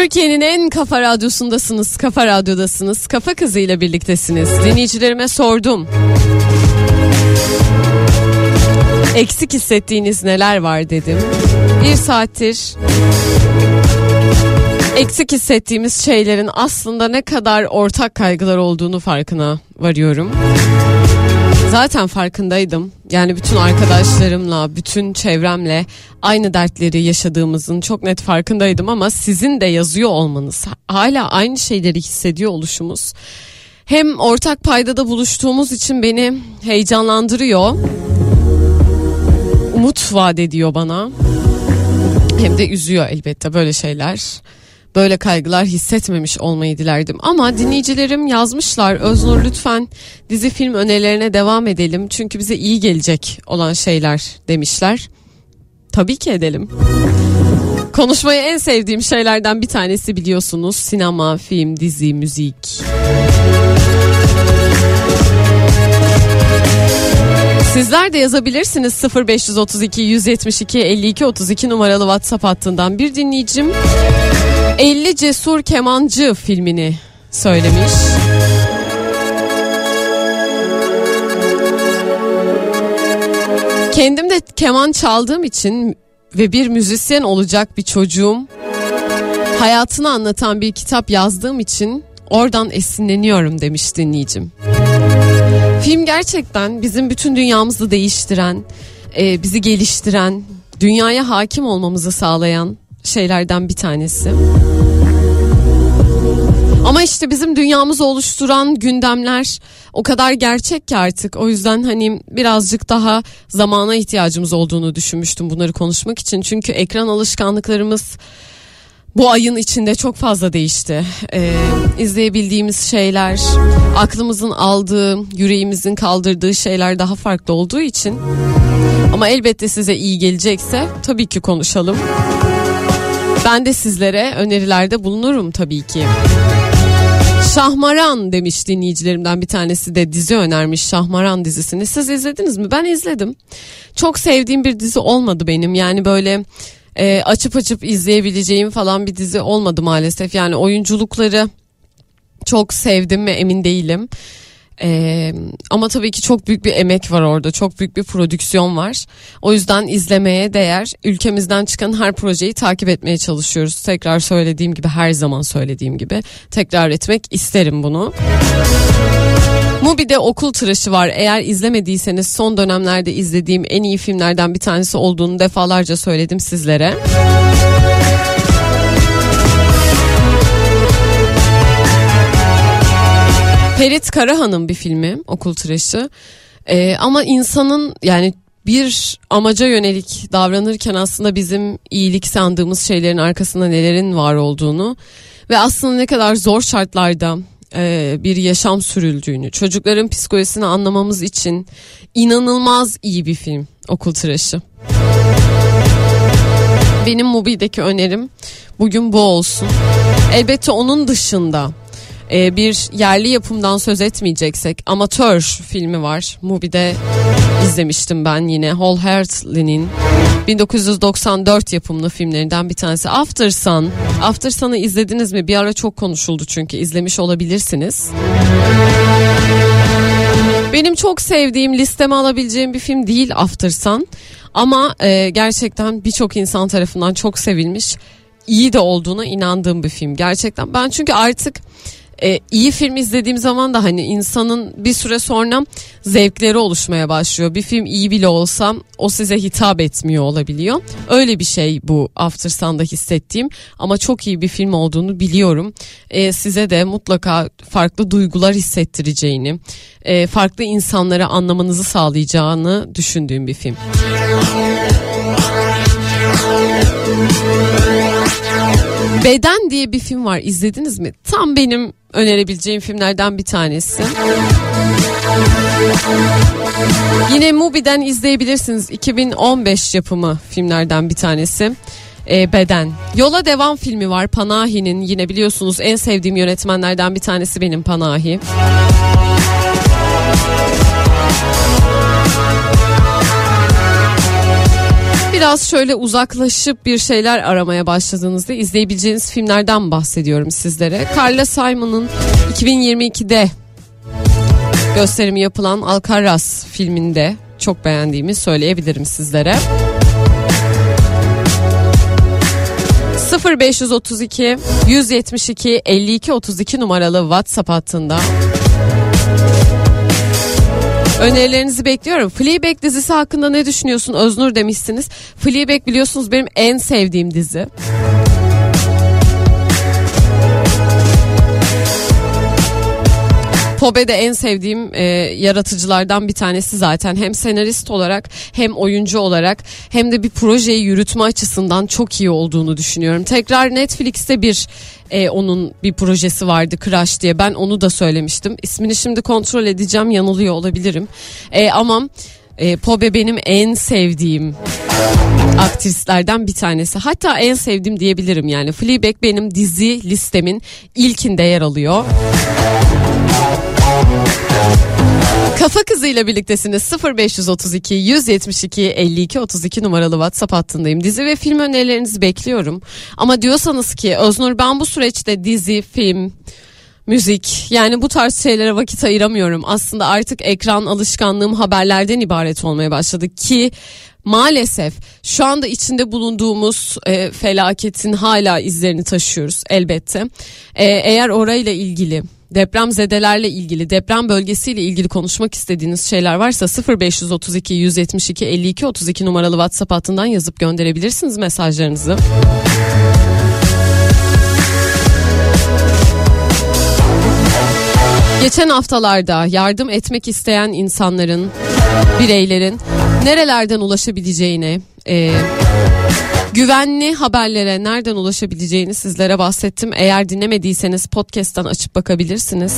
Türkiye'nin en kafa radyosundasınız, Kafa Radyo'dasınız, Kafa Kızı ile birliktesiniz. Dinleyicilerime sordum. Eksik hissettiğiniz neler var dedim. Bir saattir eksik hissettiğimiz şeylerin aslında ne kadar ortak kaygılar olduğunu farkına varıyorum. Zaten farkındaydım. Yani bütün arkadaşlarımla, bütün çevremle aynı dertleri yaşadığımızın çok net farkındaydım ama sizin de yazıyor olmanız, hala aynı şeyleri hissediyor oluşumuz hem ortak paydada buluştuğumuz için beni heyecanlandırıyor, umut vaat ediyor bana, hem de üzüyor elbette böyle şeyler. Böyle kaygılar hissetmemiş olmayı dilerdim. Ama dinleyicilerim yazmışlar. Öznur lütfen dizi film önerilerine devam edelim. Çünkü bize iyi gelecek olan şeyler demişler. Tabii ki edelim. Konuşmayı en sevdiğim şeylerden bir tanesi biliyorsunuz. Sinema, film, dizi, müzik. Sizler de yazabilirsiniz 0532 172 52 32 numaralı WhatsApp hattından. Bir dinleyicim 50 Cesur Kemancı filmini söylemiş. Kendim de keman çaldığım için ve bir müzisyen olacak bir çocuğum, hayatını anlatan bir kitap yazdığım için oradan esinleniyorum demiş dinleyicim. Film gerçekten bizim bütün dünyamızı değiştiren, bizi geliştiren, dünyaya hakim olmamızı sağlayan şeylerden bir tanesi. Ama işte bizim dünyamızı oluşturan gündemler o kadar gerçek ki artık, o yüzden hani birazcık daha zamana ihtiyacımız olduğunu düşünmüştüm bunları konuşmak için. Çünkü ekran alışkanlıklarımız bu ayın içinde çok fazla değişti. İzleyebildiğimiz şeyler, aklımızın aldığı, yüreğimizin kaldırdığı şeyler daha farklı olduğu için. Ama elbette size iyi gelecekse tabii ki konuşalım. Ben de sizlere önerilerde bulunurum tabii ki. Şahmaran demiş dinleyicilerimden bir tanesi de, dizi önermiş Şahmaran dizisini. Siz izlediniz mi? Ben izledim. Çok sevdiğim bir dizi olmadı benim. Yani böyle açıp izleyebileceğim falan bir dizi olmadı maalesef. Yani oyunculukları çok sevdim mi emin değilim. Ama tabii ki çok büyük bir emek var orada, çok büyük bir prodüksiyon var. O yüzden izlemeye değer. Ülkemizden çıkan her projeyi takip etmeye çalışıyoruz. Tekrar söylediğim gibi, her zaman söylediğim gibi tekrar etmek isterim bunu. Mubi'de Okul Tıraşı var. Eğer izlemediyseniz son dönemlerde izlediğim en iyi filmlerden bir tanesi olduğunu defalarca söyledim sizlere. Ferit Karahan'ın bir filmi Okul Tıraşı. Ama insanın yani bir amaca yönelik davranırken aslında bizim iyilik sandığımız şeylerin arkasında nelerin var olduğunu ve aslında ne kadar zor şartlarda bir yaşam sürüldüğünü, çocukların psikolojisini anlamamız için inanılmaz iyi bir film Okul Tıraşı. Benim Mubi'deki önerim bugün bu olsun. Elbette onun dışında bir yerli yapımdan söz etmeyeceksek, amatör filmi var. Mubi'de izlemiştim ben yine. Wholeheartedly'nin 1994 yapımlı filmlerinden bir tanesi After Sun. After Sun'ı izlediniz mi? Bir ara çok konuşuldu çünkü, izlemiş olabilirsiniz. Benim çok sevdiğim, listeme alabileceğim bir film değil After Sun. Ama gerçekten birçok insan tarafından çok sevilmiş, iyi de olduğuna inandığım bir film. Gerçekten ben çünkü artık iyi film izlediğim zaman da hani insanın bir süre sonra zevkleri oluşmaya başlıyor. Bir film iyi bile olsa o size hitap etmiyor olabiliyor. Öyle bir şey bu After Sun'da hissettiğim, ama çok iyi bir film olduğunu biliyorum. Size de mutlaka farklı duygular hissettireceğini, farklı insanları anlamanızı sağlayacağını düşündüğüm bir film. Beden diye bir film var, izlediniz mi? Tam benim önerebileceğim filmlerden bir tanesi. Yine Mubi'den izleyebilirsiniz. 2015 yapımı filmlerden bir tanesi. Beden. Yola Devam filmi var Panahi'nin, yine biliyorsunuz en sevdiğim yönetmenlerden bir tanesi benim Panahi. Biraz şöyle uzaklaşıp bir şeyler aramaya başladığınızda izleyebileceğiniz filmlerden bahsediyorum sizlere. Carla Simon'un 2022'de gösterimi yapılan Alcatraz filminde çok beğendiğimi söyleyebilirim sizlere. 0532 172 52 32 numaralı WhatsApp hattında önerilerinizi bekliyorum. Fleabag dizisi hakkında ne düşünüyorsun Öznur demişsiniz. Fleabag biliyorsunuz benim en sevdiğim dizi. Pobe'de en sevdiğim yaratıcılardan bir tanesi zaten. Hem senarist olarak hem oyuncu olarak hem de bir projeyi yürütme açısından çok iyi olduğunu düşünüyorum. Tekrar Netflix'te onun bir projesi vardı, Crash diye. Ben onu da söylemiştim. İsmini şimdi kontrol edeceğim, yanılıyor olabilirim. Ama Pobe benim en sevdiğim aktrislerden bir tanesi. Hatta en sevdiğim diyebilirim yani. Fleabag benim dizi listemin ilkinde yer alıyor. Kafa Kızı ile birliktesiniz. 0532 172 52 32 numaralı WhatsApp hattındayım. Dizi ve film önerilerinizi bekliyorum. Ama diyorsanız ki Öznur ben bu süreçte dizi, film, müzik yani bu tarz şeylere vakit ayıramıyorum. Aslında artık ekran alışkanlığım haberlerden ibaret olmaya başladı ki maalesef şu anda içinde bulunduğumuz felaketin hala izlerini taşıyoruz elbette. Eğer orayla ilgili, depremzedelerle ilgili, deprem bölgesiyle ilgili konuşmak istediğiniz şeyler varsa 0532 172 52 32 numaralı WhatsApp hattından yazıp gönderebilirsiniz mesajlarınızı. Geçen haftalarda yardım etmek isteyen insanların, bireylerin nerelerden ulaşabileceğini, güvenli haberlere nereden ulaşabileceğini sizlere bahsettim. Eğer dinlemediyseniz podcast'tan açıp bakabilirsiniz.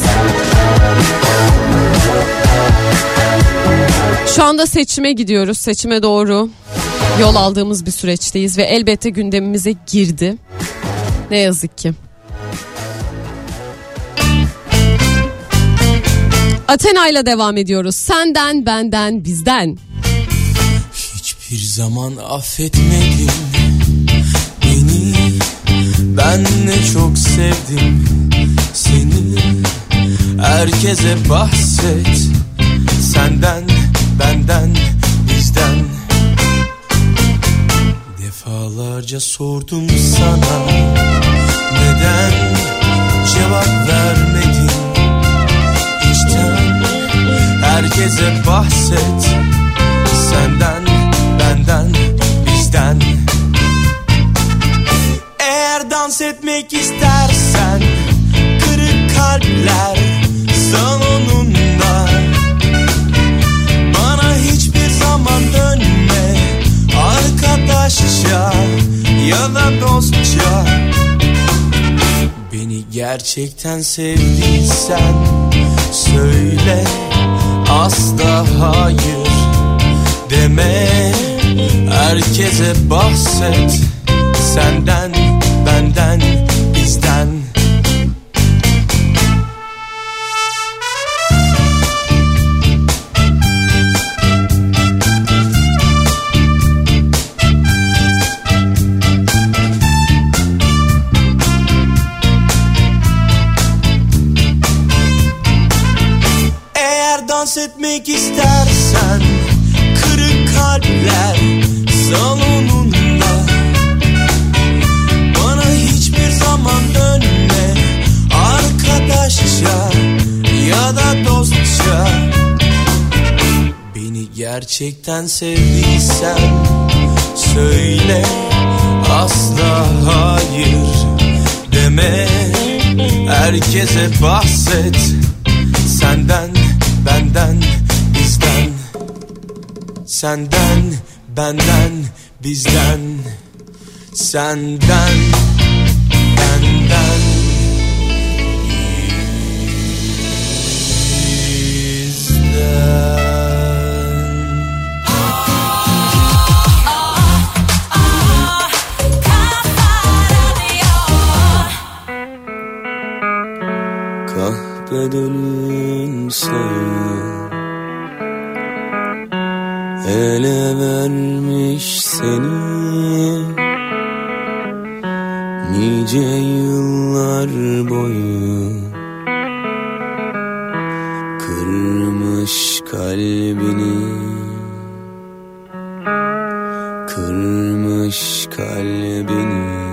Şu anda seçime gidiyoruz. Seçime doğru yol aldığımız bir süreçteyiz ve elbette gündemimize girdi. Ne yazık ki. Athena'yla devam ediyoruz. Senden, benden, bizden. Hiçbir zaman affetmedin beni. Ben ne çok sevdim seni. Herkese bahset. Senden, benden, bizden. Defalarca sordum sana. Neden cevap vermedin? Herkese bahset. Senden, benden, bizden. Eğer dans etmek istersen kırık kalpler salonunda. Bana hiçbir zaman dönme arkadaşça ya da dostça. Beni gerçekten sevdiysen söyle, asla hayır deme. Herkese bahset. Senden, benden, bizden. Dans etmek istersen kırık kalpler salonunda. Bana hiçbir zaman dönme arkadaşça ya da dostça. Beni gerçekten sevdiysen söyle, asla hayır deme. Herkese bahset. Senden, benden, bizden. Senden, benden, bizden. Senden, benden, bizden. Kahveden sayı ele vermiş seni nice yıllar boyu, kırmış kalbini, kırmış kalbini.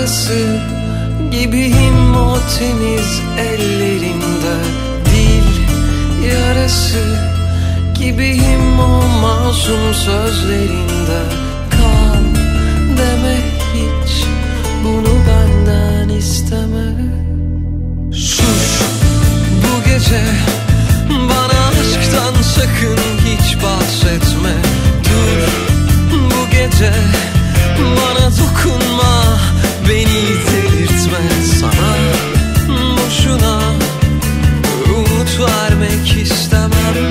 yarası gibiyim o temiz ellerinde. Dil yarası gibiyim o masum sözlerinde. Kal deme hiç, bunu benden isteme. Sus bu gece, bana aşktan sakın hiç bahsetme. Dur bu gece, bana dokunma, beni delirtme. Sana boşuna umut vermek istemem.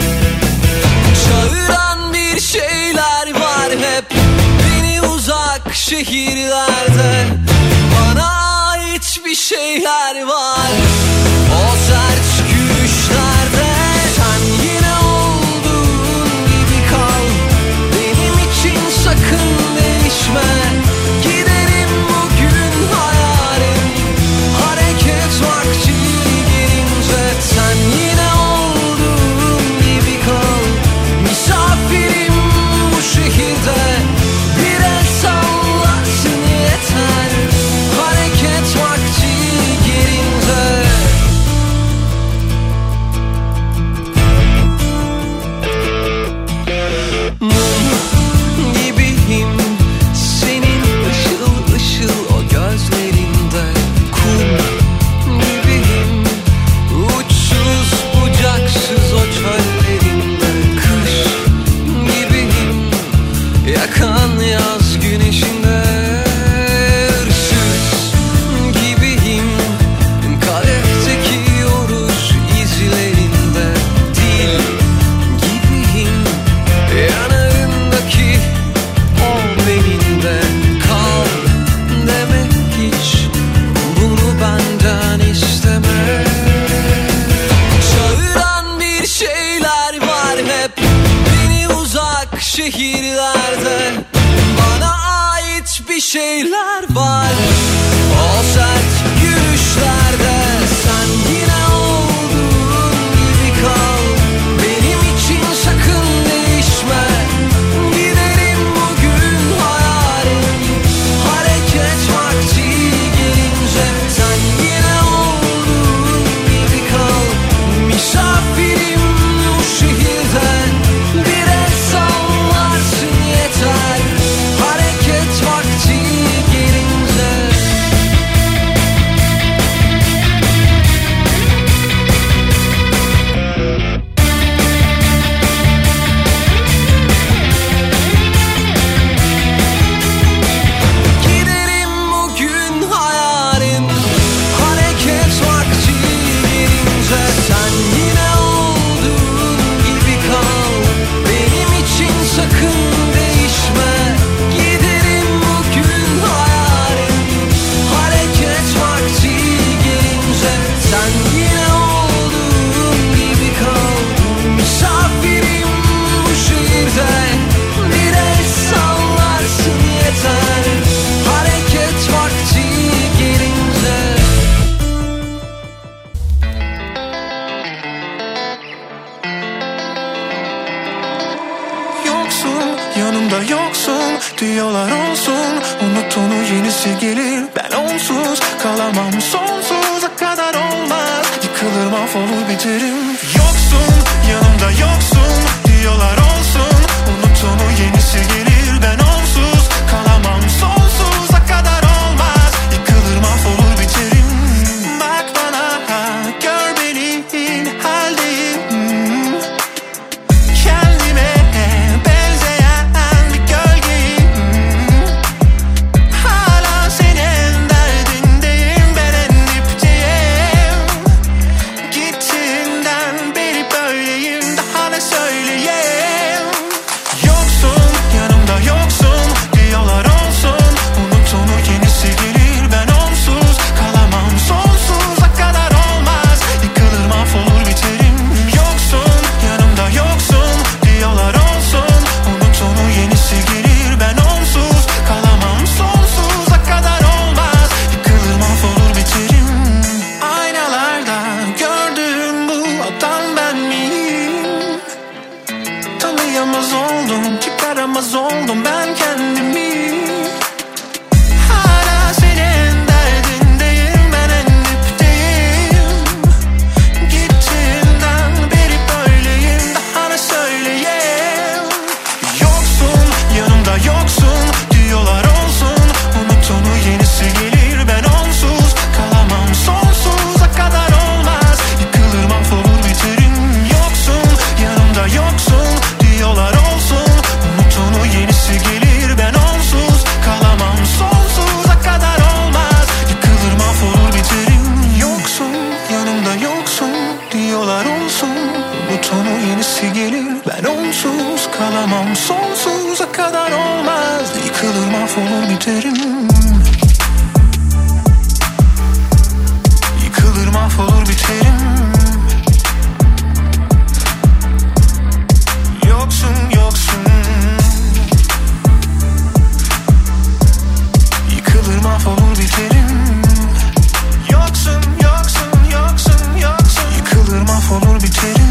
Çağıran bir şeyler var hep beni uzak şehirlerde. Bana ait bir şeyler var o sert gülüşlerde. Sen yine olduğun gibi kal, benim için sakın değişme. Giderim bugün hayalim, hareket vakti gelince. Sen yine olduğun gibi kal, misafirim bu şehirde. Bir el sallarsın yeter, hareket vakti gelince. Mum gibiyim senin ışıl ışıl o gözlerinde. Kum gibiyim uçsuz bucaksız o çöllerinde. Kış gibiyim yakan yaz güneşinde. Hırsız gibiyim kadehteki oruç izlerinde. Dil gibiyim yanağındaki o belinde. Kal deme hiç, bunu benden isteme. Çağıran bir şeyler var hep beni uzak şehirlerde. Bana ait bir şeyler var o sert gülüşlerde. Sen yine olduğun gibi kal, benim için sakın değişme. Giderim bugün hayalim, hareket vakti gelince. Sen yine olduğun gibi kal, misafirim bu şehirde. Bir el sallarsın yeter, hareket vakti gelince. Giderim bugün hayalim, hareket vakti gelince. Sen yine olduğun gibi kal, benim için sakın değişme. Giderim bugün hayalim, hareket vakti gelince. Sen yine olduğun gibi kal, misafirim bu şehirde. Bir el sallarsın yeter, hareket vakti gelince. Yoksun, yanımda yoksun, diyorlar olsun. Unut onu, yenisi gelir. Ben onsuz kalamam, sonsuza kadar olmaz. Yıkılır, mahvolur, biterim. Yoksun, yanımda yoksun, diyorlar olsun. Unut onu, yenisi gelir. Ben onsuz kalamam, sonsuza kadar olmaz. Yıkılır, mahvolur, biterim. Bak bana, gör beni haldeyim. Kendime benzeyen bir gölgeyim. Hala senin derdindeyim, ben en dipteyim. Gittiğinden beri böyleyim, daha ne söyleyeyim. Yoksun, yanımda mahvolur biterim. Yıkılır mahvolur biterim. Yoksun yoksun. Yıkılır mahvolur biterim. Yoksun yoksun yoksun yoksun. Yıkılır mahvolur biterim.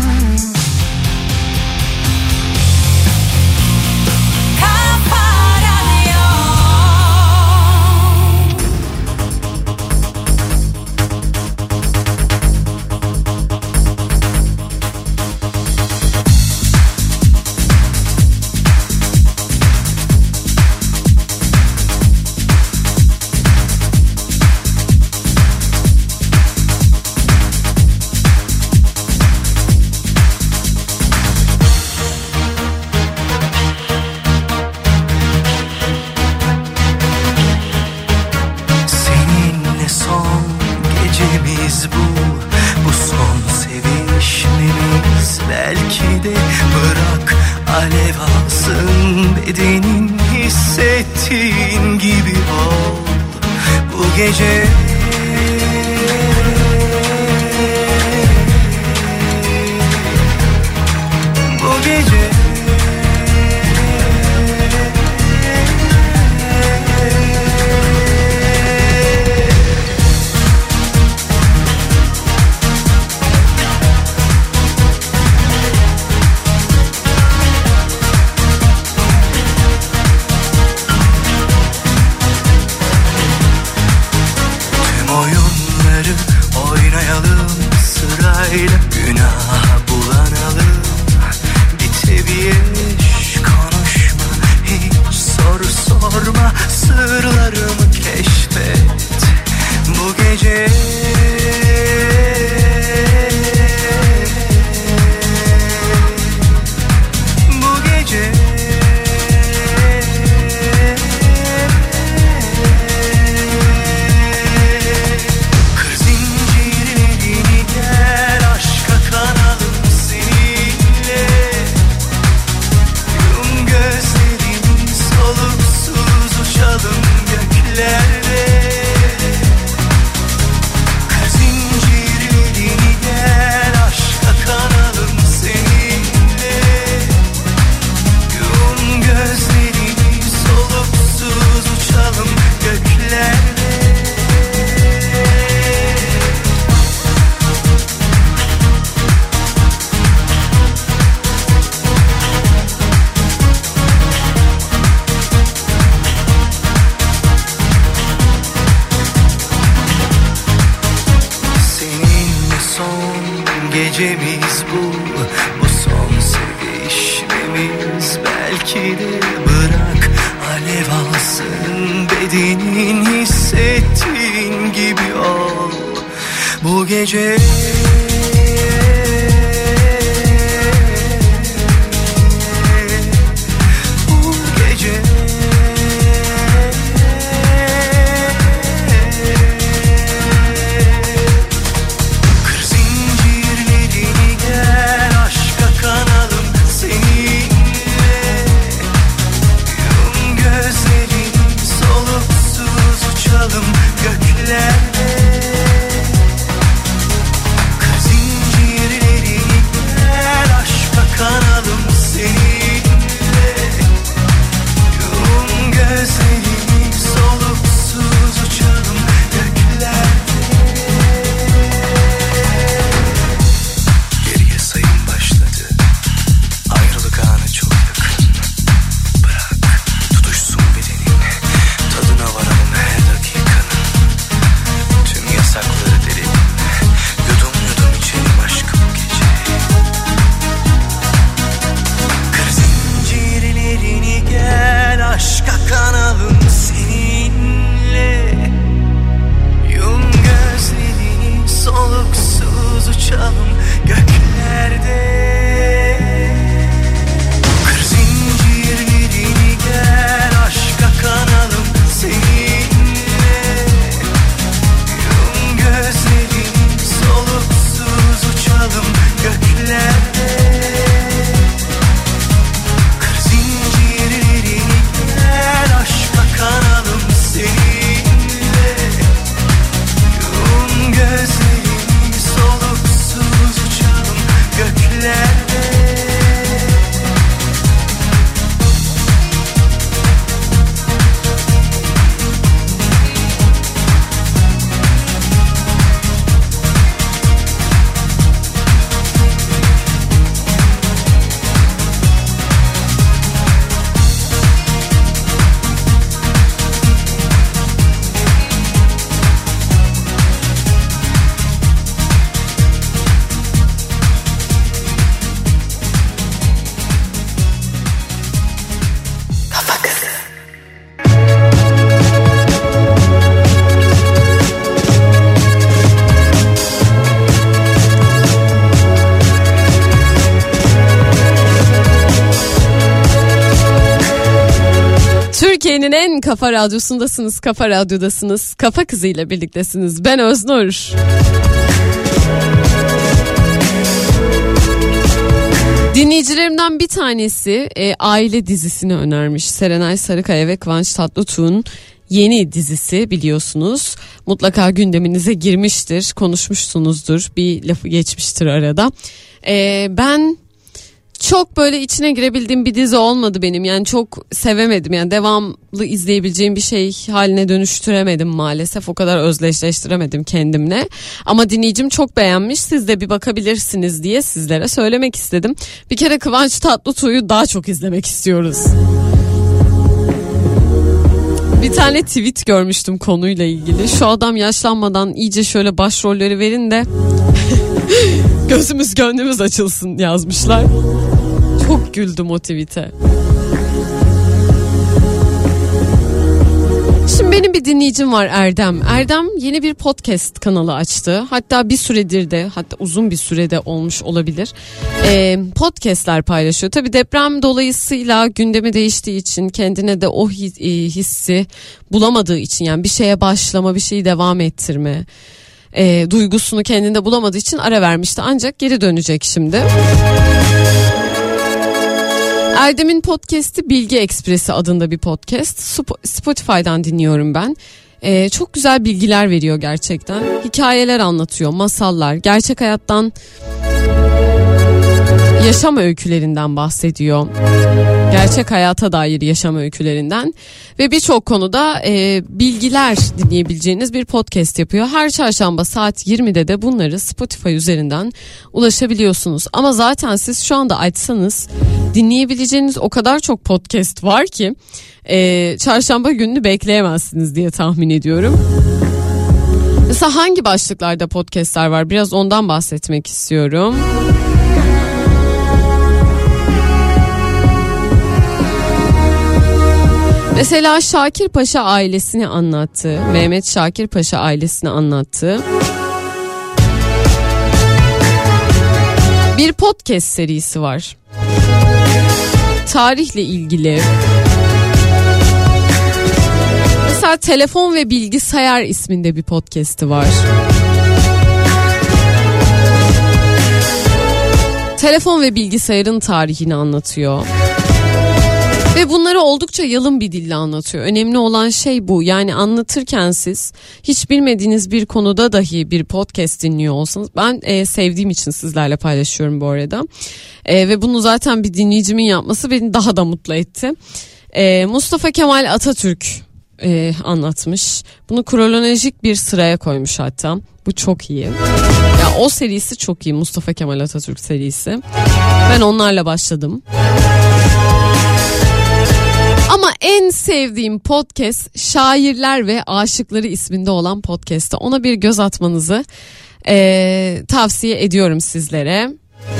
Gecemiz bu son sevişmemiz. Belki de bırak alev alsın bedenin, hissettiğin gibi ol bu gece. Göklerde Türkiye'nin en kafa radyosundasınız, Kafa Radyo'dasınız. Kafa Kızı ile birliktesiniz. Ben Öznur. Dinleyicilerimden bir tanesi Aile dizisini önermiş. Serenay Sarıkaya ve Kıvanç Tatlıtuğ'un yeni dizisi, biliyorsunuz. Mutlaka gündeminize girmiştir, konuşmuşsunuzdur. Bir lafı geçmiştir arada. Ben çok böyle içine girebildiğim bir dizi olmadı benim. Yani çok sevemedim. Yani devamlı izleyebileceğim bir şey haline dönüştüremedim maalesef. O kadar özdeşleştiremedim kendimle. Ama dinleyicim çok beğenmiş. Siz de bir bakabilirsiniz diye sizlere söylemek istedim. Bir kere Kıvanç Tatlıtuğ'u daha çok izlemek istiyoruz. Bir tane tweet görmüştüm konuyla ilgili. Şu adam yaşlanmadan iyice şöyle başrolleri verin de gözümüz gönlümüz açılsın yazmışlar. Çok güldüm o tweet'e. Şimdi benim bir dinleyicim var, Erdem. Erdem yeni bir podcast kanalı açtı. Hatta bir süredir de, hatta uzun bir sürede olmuş olabilir. Podcastler paylaşıyor. Tabii deprem dolayısıyla gündemi değiştiği için, kendine de o hissi bulamadığı için, yani bir şeye başlama, bir şeyi devam ettirme duygusunu kendinde bulamadığı için ara vermişti. Ancak geri dönecek şimdi. Erdem'in podcast'i Bilgi Ekspresi adında bir podcast. Spotify'dan dinliyorum ben. Çok güzel bilgiler veriyor gerçekten. Hikayeler anlatıyor, masallar, gerçek hayattan, yaşam öykülerinden bahsediyor. Gerçek hayata dair yaşam öykülerinden ve birçok konuda bilgiler dinleyebileceğiniz bir podcast yapıyor. Her çarşamba saat 20'de de bunları Spotify üzerinden ulaşabiliyorsunuz. Ama zaten siz şu anda açsanız dinleyebileceğiniz o kadar çok podcast var ki çarşamba gününü bekleyemezsiniz diye tahmin ediyorum. Mesela hangi başlıklarda podcastler var? Biraz ondan bahsetmek istiyorum. Mesela Şakir Paşa ailesini anlattı. Mehmet Şakir Paşa ailesini anlattı. Bir podcast serisi var. Tarihle ilgili. Mesela Telefon ve Bilgisayar isminde bir podcast'i var. Telefon ve bilgisayarın tarihini anlatıyor. Ve bunları oldukça yalın bir dille anlatıyor. Önemli olan şey bu. Yani anlatırken siz hiç bilmediğiniz bir konuda dahi bir podcast dinliyor olsanız, ben sevdiğim için sizlerle paylaşıyorum bu arada. Ve bunu zaten bir dinleyicimin yapması beni daha da mutlu etti. Mustafa Kemal Atatürk anlatmış. Bunu kronolojik bir sıraya koymuş hatta. Bu çok iyi. Ya o serisi çok iyi, Mustafa Kemal Atatürk serisi. Ben onlarla başladım. Ama en sevdiğim podcast Şairler ve Aşıkları isminde olan podcast'ta. Ona bir göz atmanızı tavsiye ediyorum sizlere.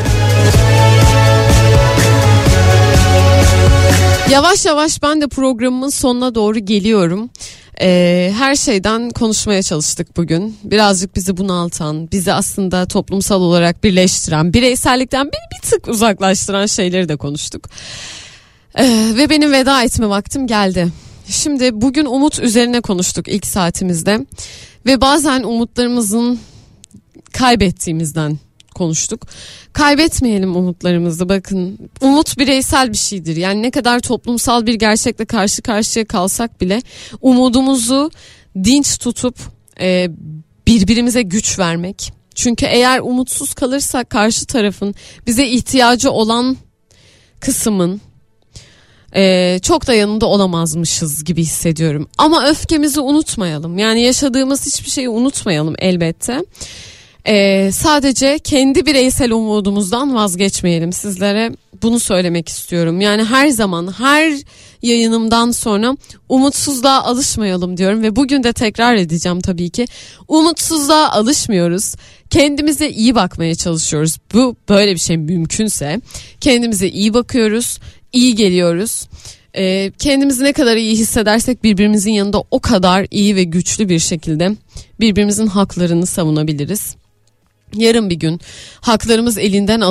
Yavaş yavaş ben de programımın sonuna doğru geliyorum. Her şeyden konuşmaya çalıştık bugün. Birazcık bizi bunaltan, bizi aslında toplumsal olarak birleştiren, bireysellikten bir tık uzaklaştıran şeyleri de konuştuk. Ve benim veda etme vaktim geldi. Şimdi bugün umut üzerine konuştuk ilk saatimizde. Ve bazen umutlarımızın kaybettiğimizden konuştuk. Kaybetmeyelim umutlarımızı. Bakın, umut bireysel bir şeydir. Yani ne kadar toplumsal bir gerçekle karşı karşıya kalsak bile umudumuzu dinç tutup birbirimize güç vermek. Çünkü eğer umutsuz kalırsak karşı tarafın, bize ihtiyacı olan kısmın çok da yanında olamazmışız gibi hissediyorum. Ama öfkemizi unutmayalım. Yani yaşadığımız hiçbir şeyi unutmayalım elbette. Sadece kendi bireysel umudumuzdan vazgeçmeyelim. Sizlere bunu söylemek istiyorum. Yani her zaman, her yayınımdan sonra umutsuzluğa alışmayalım diyorum. Ve bugün de tekrar edeceğim tabii ki. Umutsuzluğa alışmıyoruz. Kendimize iyi bakmaya çalışıyoruz. Bu böyle bir şey mümkünse. Kendimize iyi bakıyoruz. İyi geliyoruz. Kendimizi ne kadar iyi hissedersek birbirimizin yanında o kadar iyi ve güçlü bir şekilde birbirimizin haklarını savunabiliriz. Yarın bir gün haklarımız elinden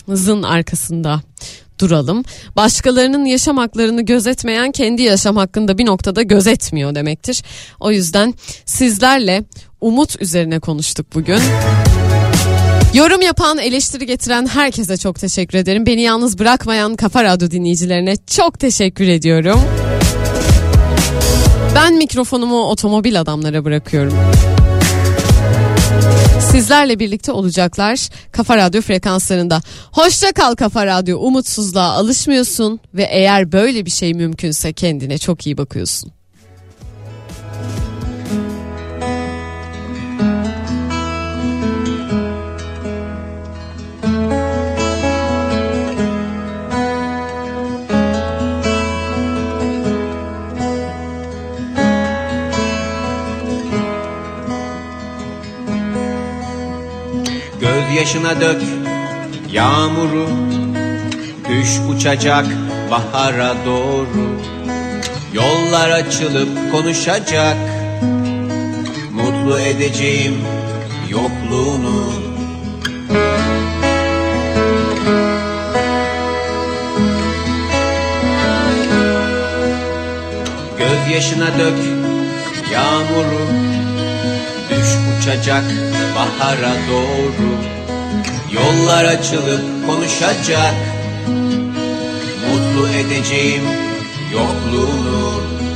yaşamımızın arkasında duralım. Başkalarının yaşam haklarını gözetmeyen kendi yaşam hakkında bir noktada gözetmiyor demektir. O yüzden sizlerle umut üzerine konuştuk bugün. Yorum yapan, eleştiri getiren herkese çok teşekkür ederim. Beni yalnız bırakmayan Kafa Radyo dinleyicilerine çok teşekkür ediyorum. Ben mikrofonumu otomobil adamlara bırakıyorum. Sizlerle birlikte olacaklar Kafa Radyo frekanslarında. Hoşça kal Kafa Radyo. Umutsuzluğa alışmıyorsun ve eğer böyle bir şey mümkünse kendine çok iyi bakıyorsun. Gözyaşına dök yağmuru, düş uçacak bahara doğru. Yollar açılıp konuşacak, mutlu edeceğim yokluğunu. Gözyaşına dök yağmuru, düş uçacak bahara doğru. Yollar açılıp konuşacak, mutlu edeceğim yokluğunu.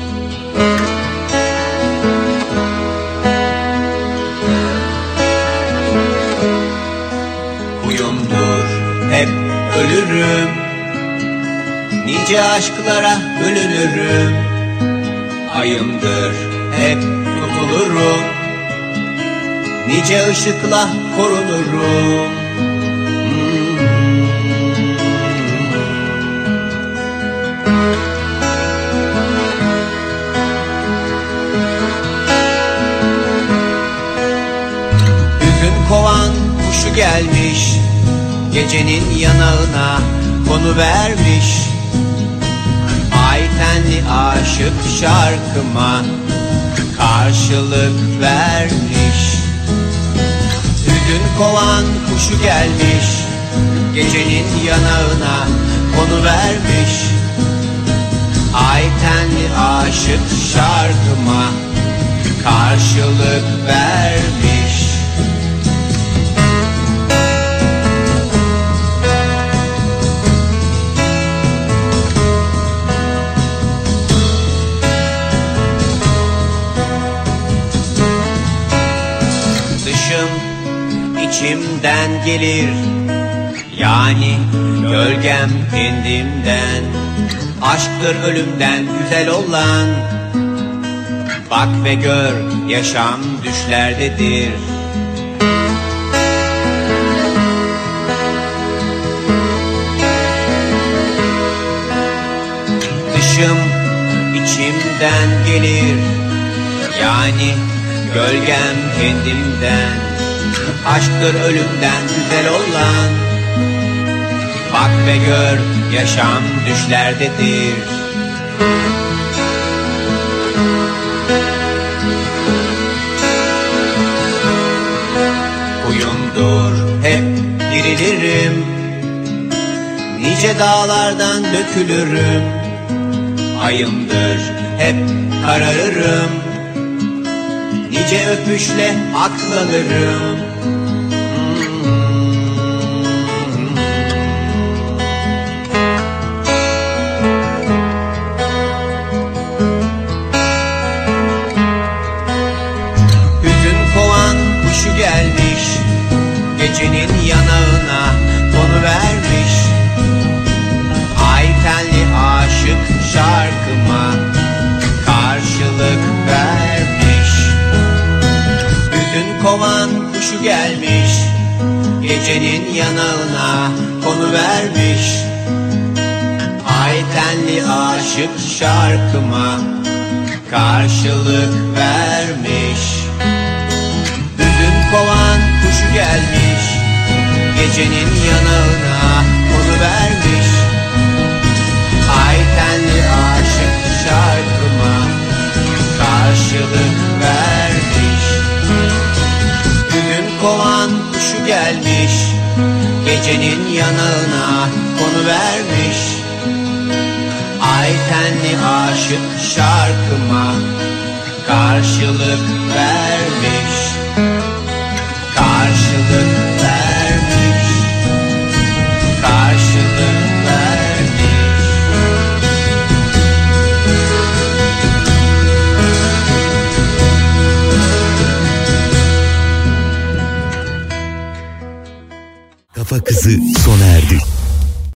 Huyumdur hep ölürüm, nice aşklara bölünürüm. Ayımdır hep tutulurum, nice ışıkla korunurum. Hüzün kovan kuşu gelmiş, gecenin yanağına konuvermiş. Ay tenli aşık şarkıma karşılık vermiş. Hüzün kovan kuşu gelmiş, gecenin yanağına konuvermiş. Ay tenli aşık şarkıma karşılık vermiş. Dışım içimden gelir, yani gölgem kendimden. Aşktır ölümden güzel olan, bak ve gör yaşam düşlerdedir. Dışım içimden gelir, yani gölgem kendimden. Aşktır ölümden güzel olan, bak ve gör yaşam düşlerdedir. Huyumdur hep dirilirim, nice dağlardan dökülürüm. Ayımdır hep kararırım, nice öpüşle aklanırım. Gelmiş, gecenin yanağına konuvermiş. Ay tenli aşık şarkıma karşılık vermiş. Hüzün kovan kuşu gelmiş, gecenin yanağına konuvermiş. Ay tenli aşık şarkıma karşılık vermiş. Kovan kuşu gelmiş, gecenin yanağına konuvermiş. Ay tenli aşık şarkıma karşılık vermiş. Bugün kovan kuşu gelmiş, gecenin yanına konuvermiş. Ay tenli aşık şarkıma karşılık vermiş. Karşılık vermiş. Karşılık vermiş. Kafa Kızı sona erdi.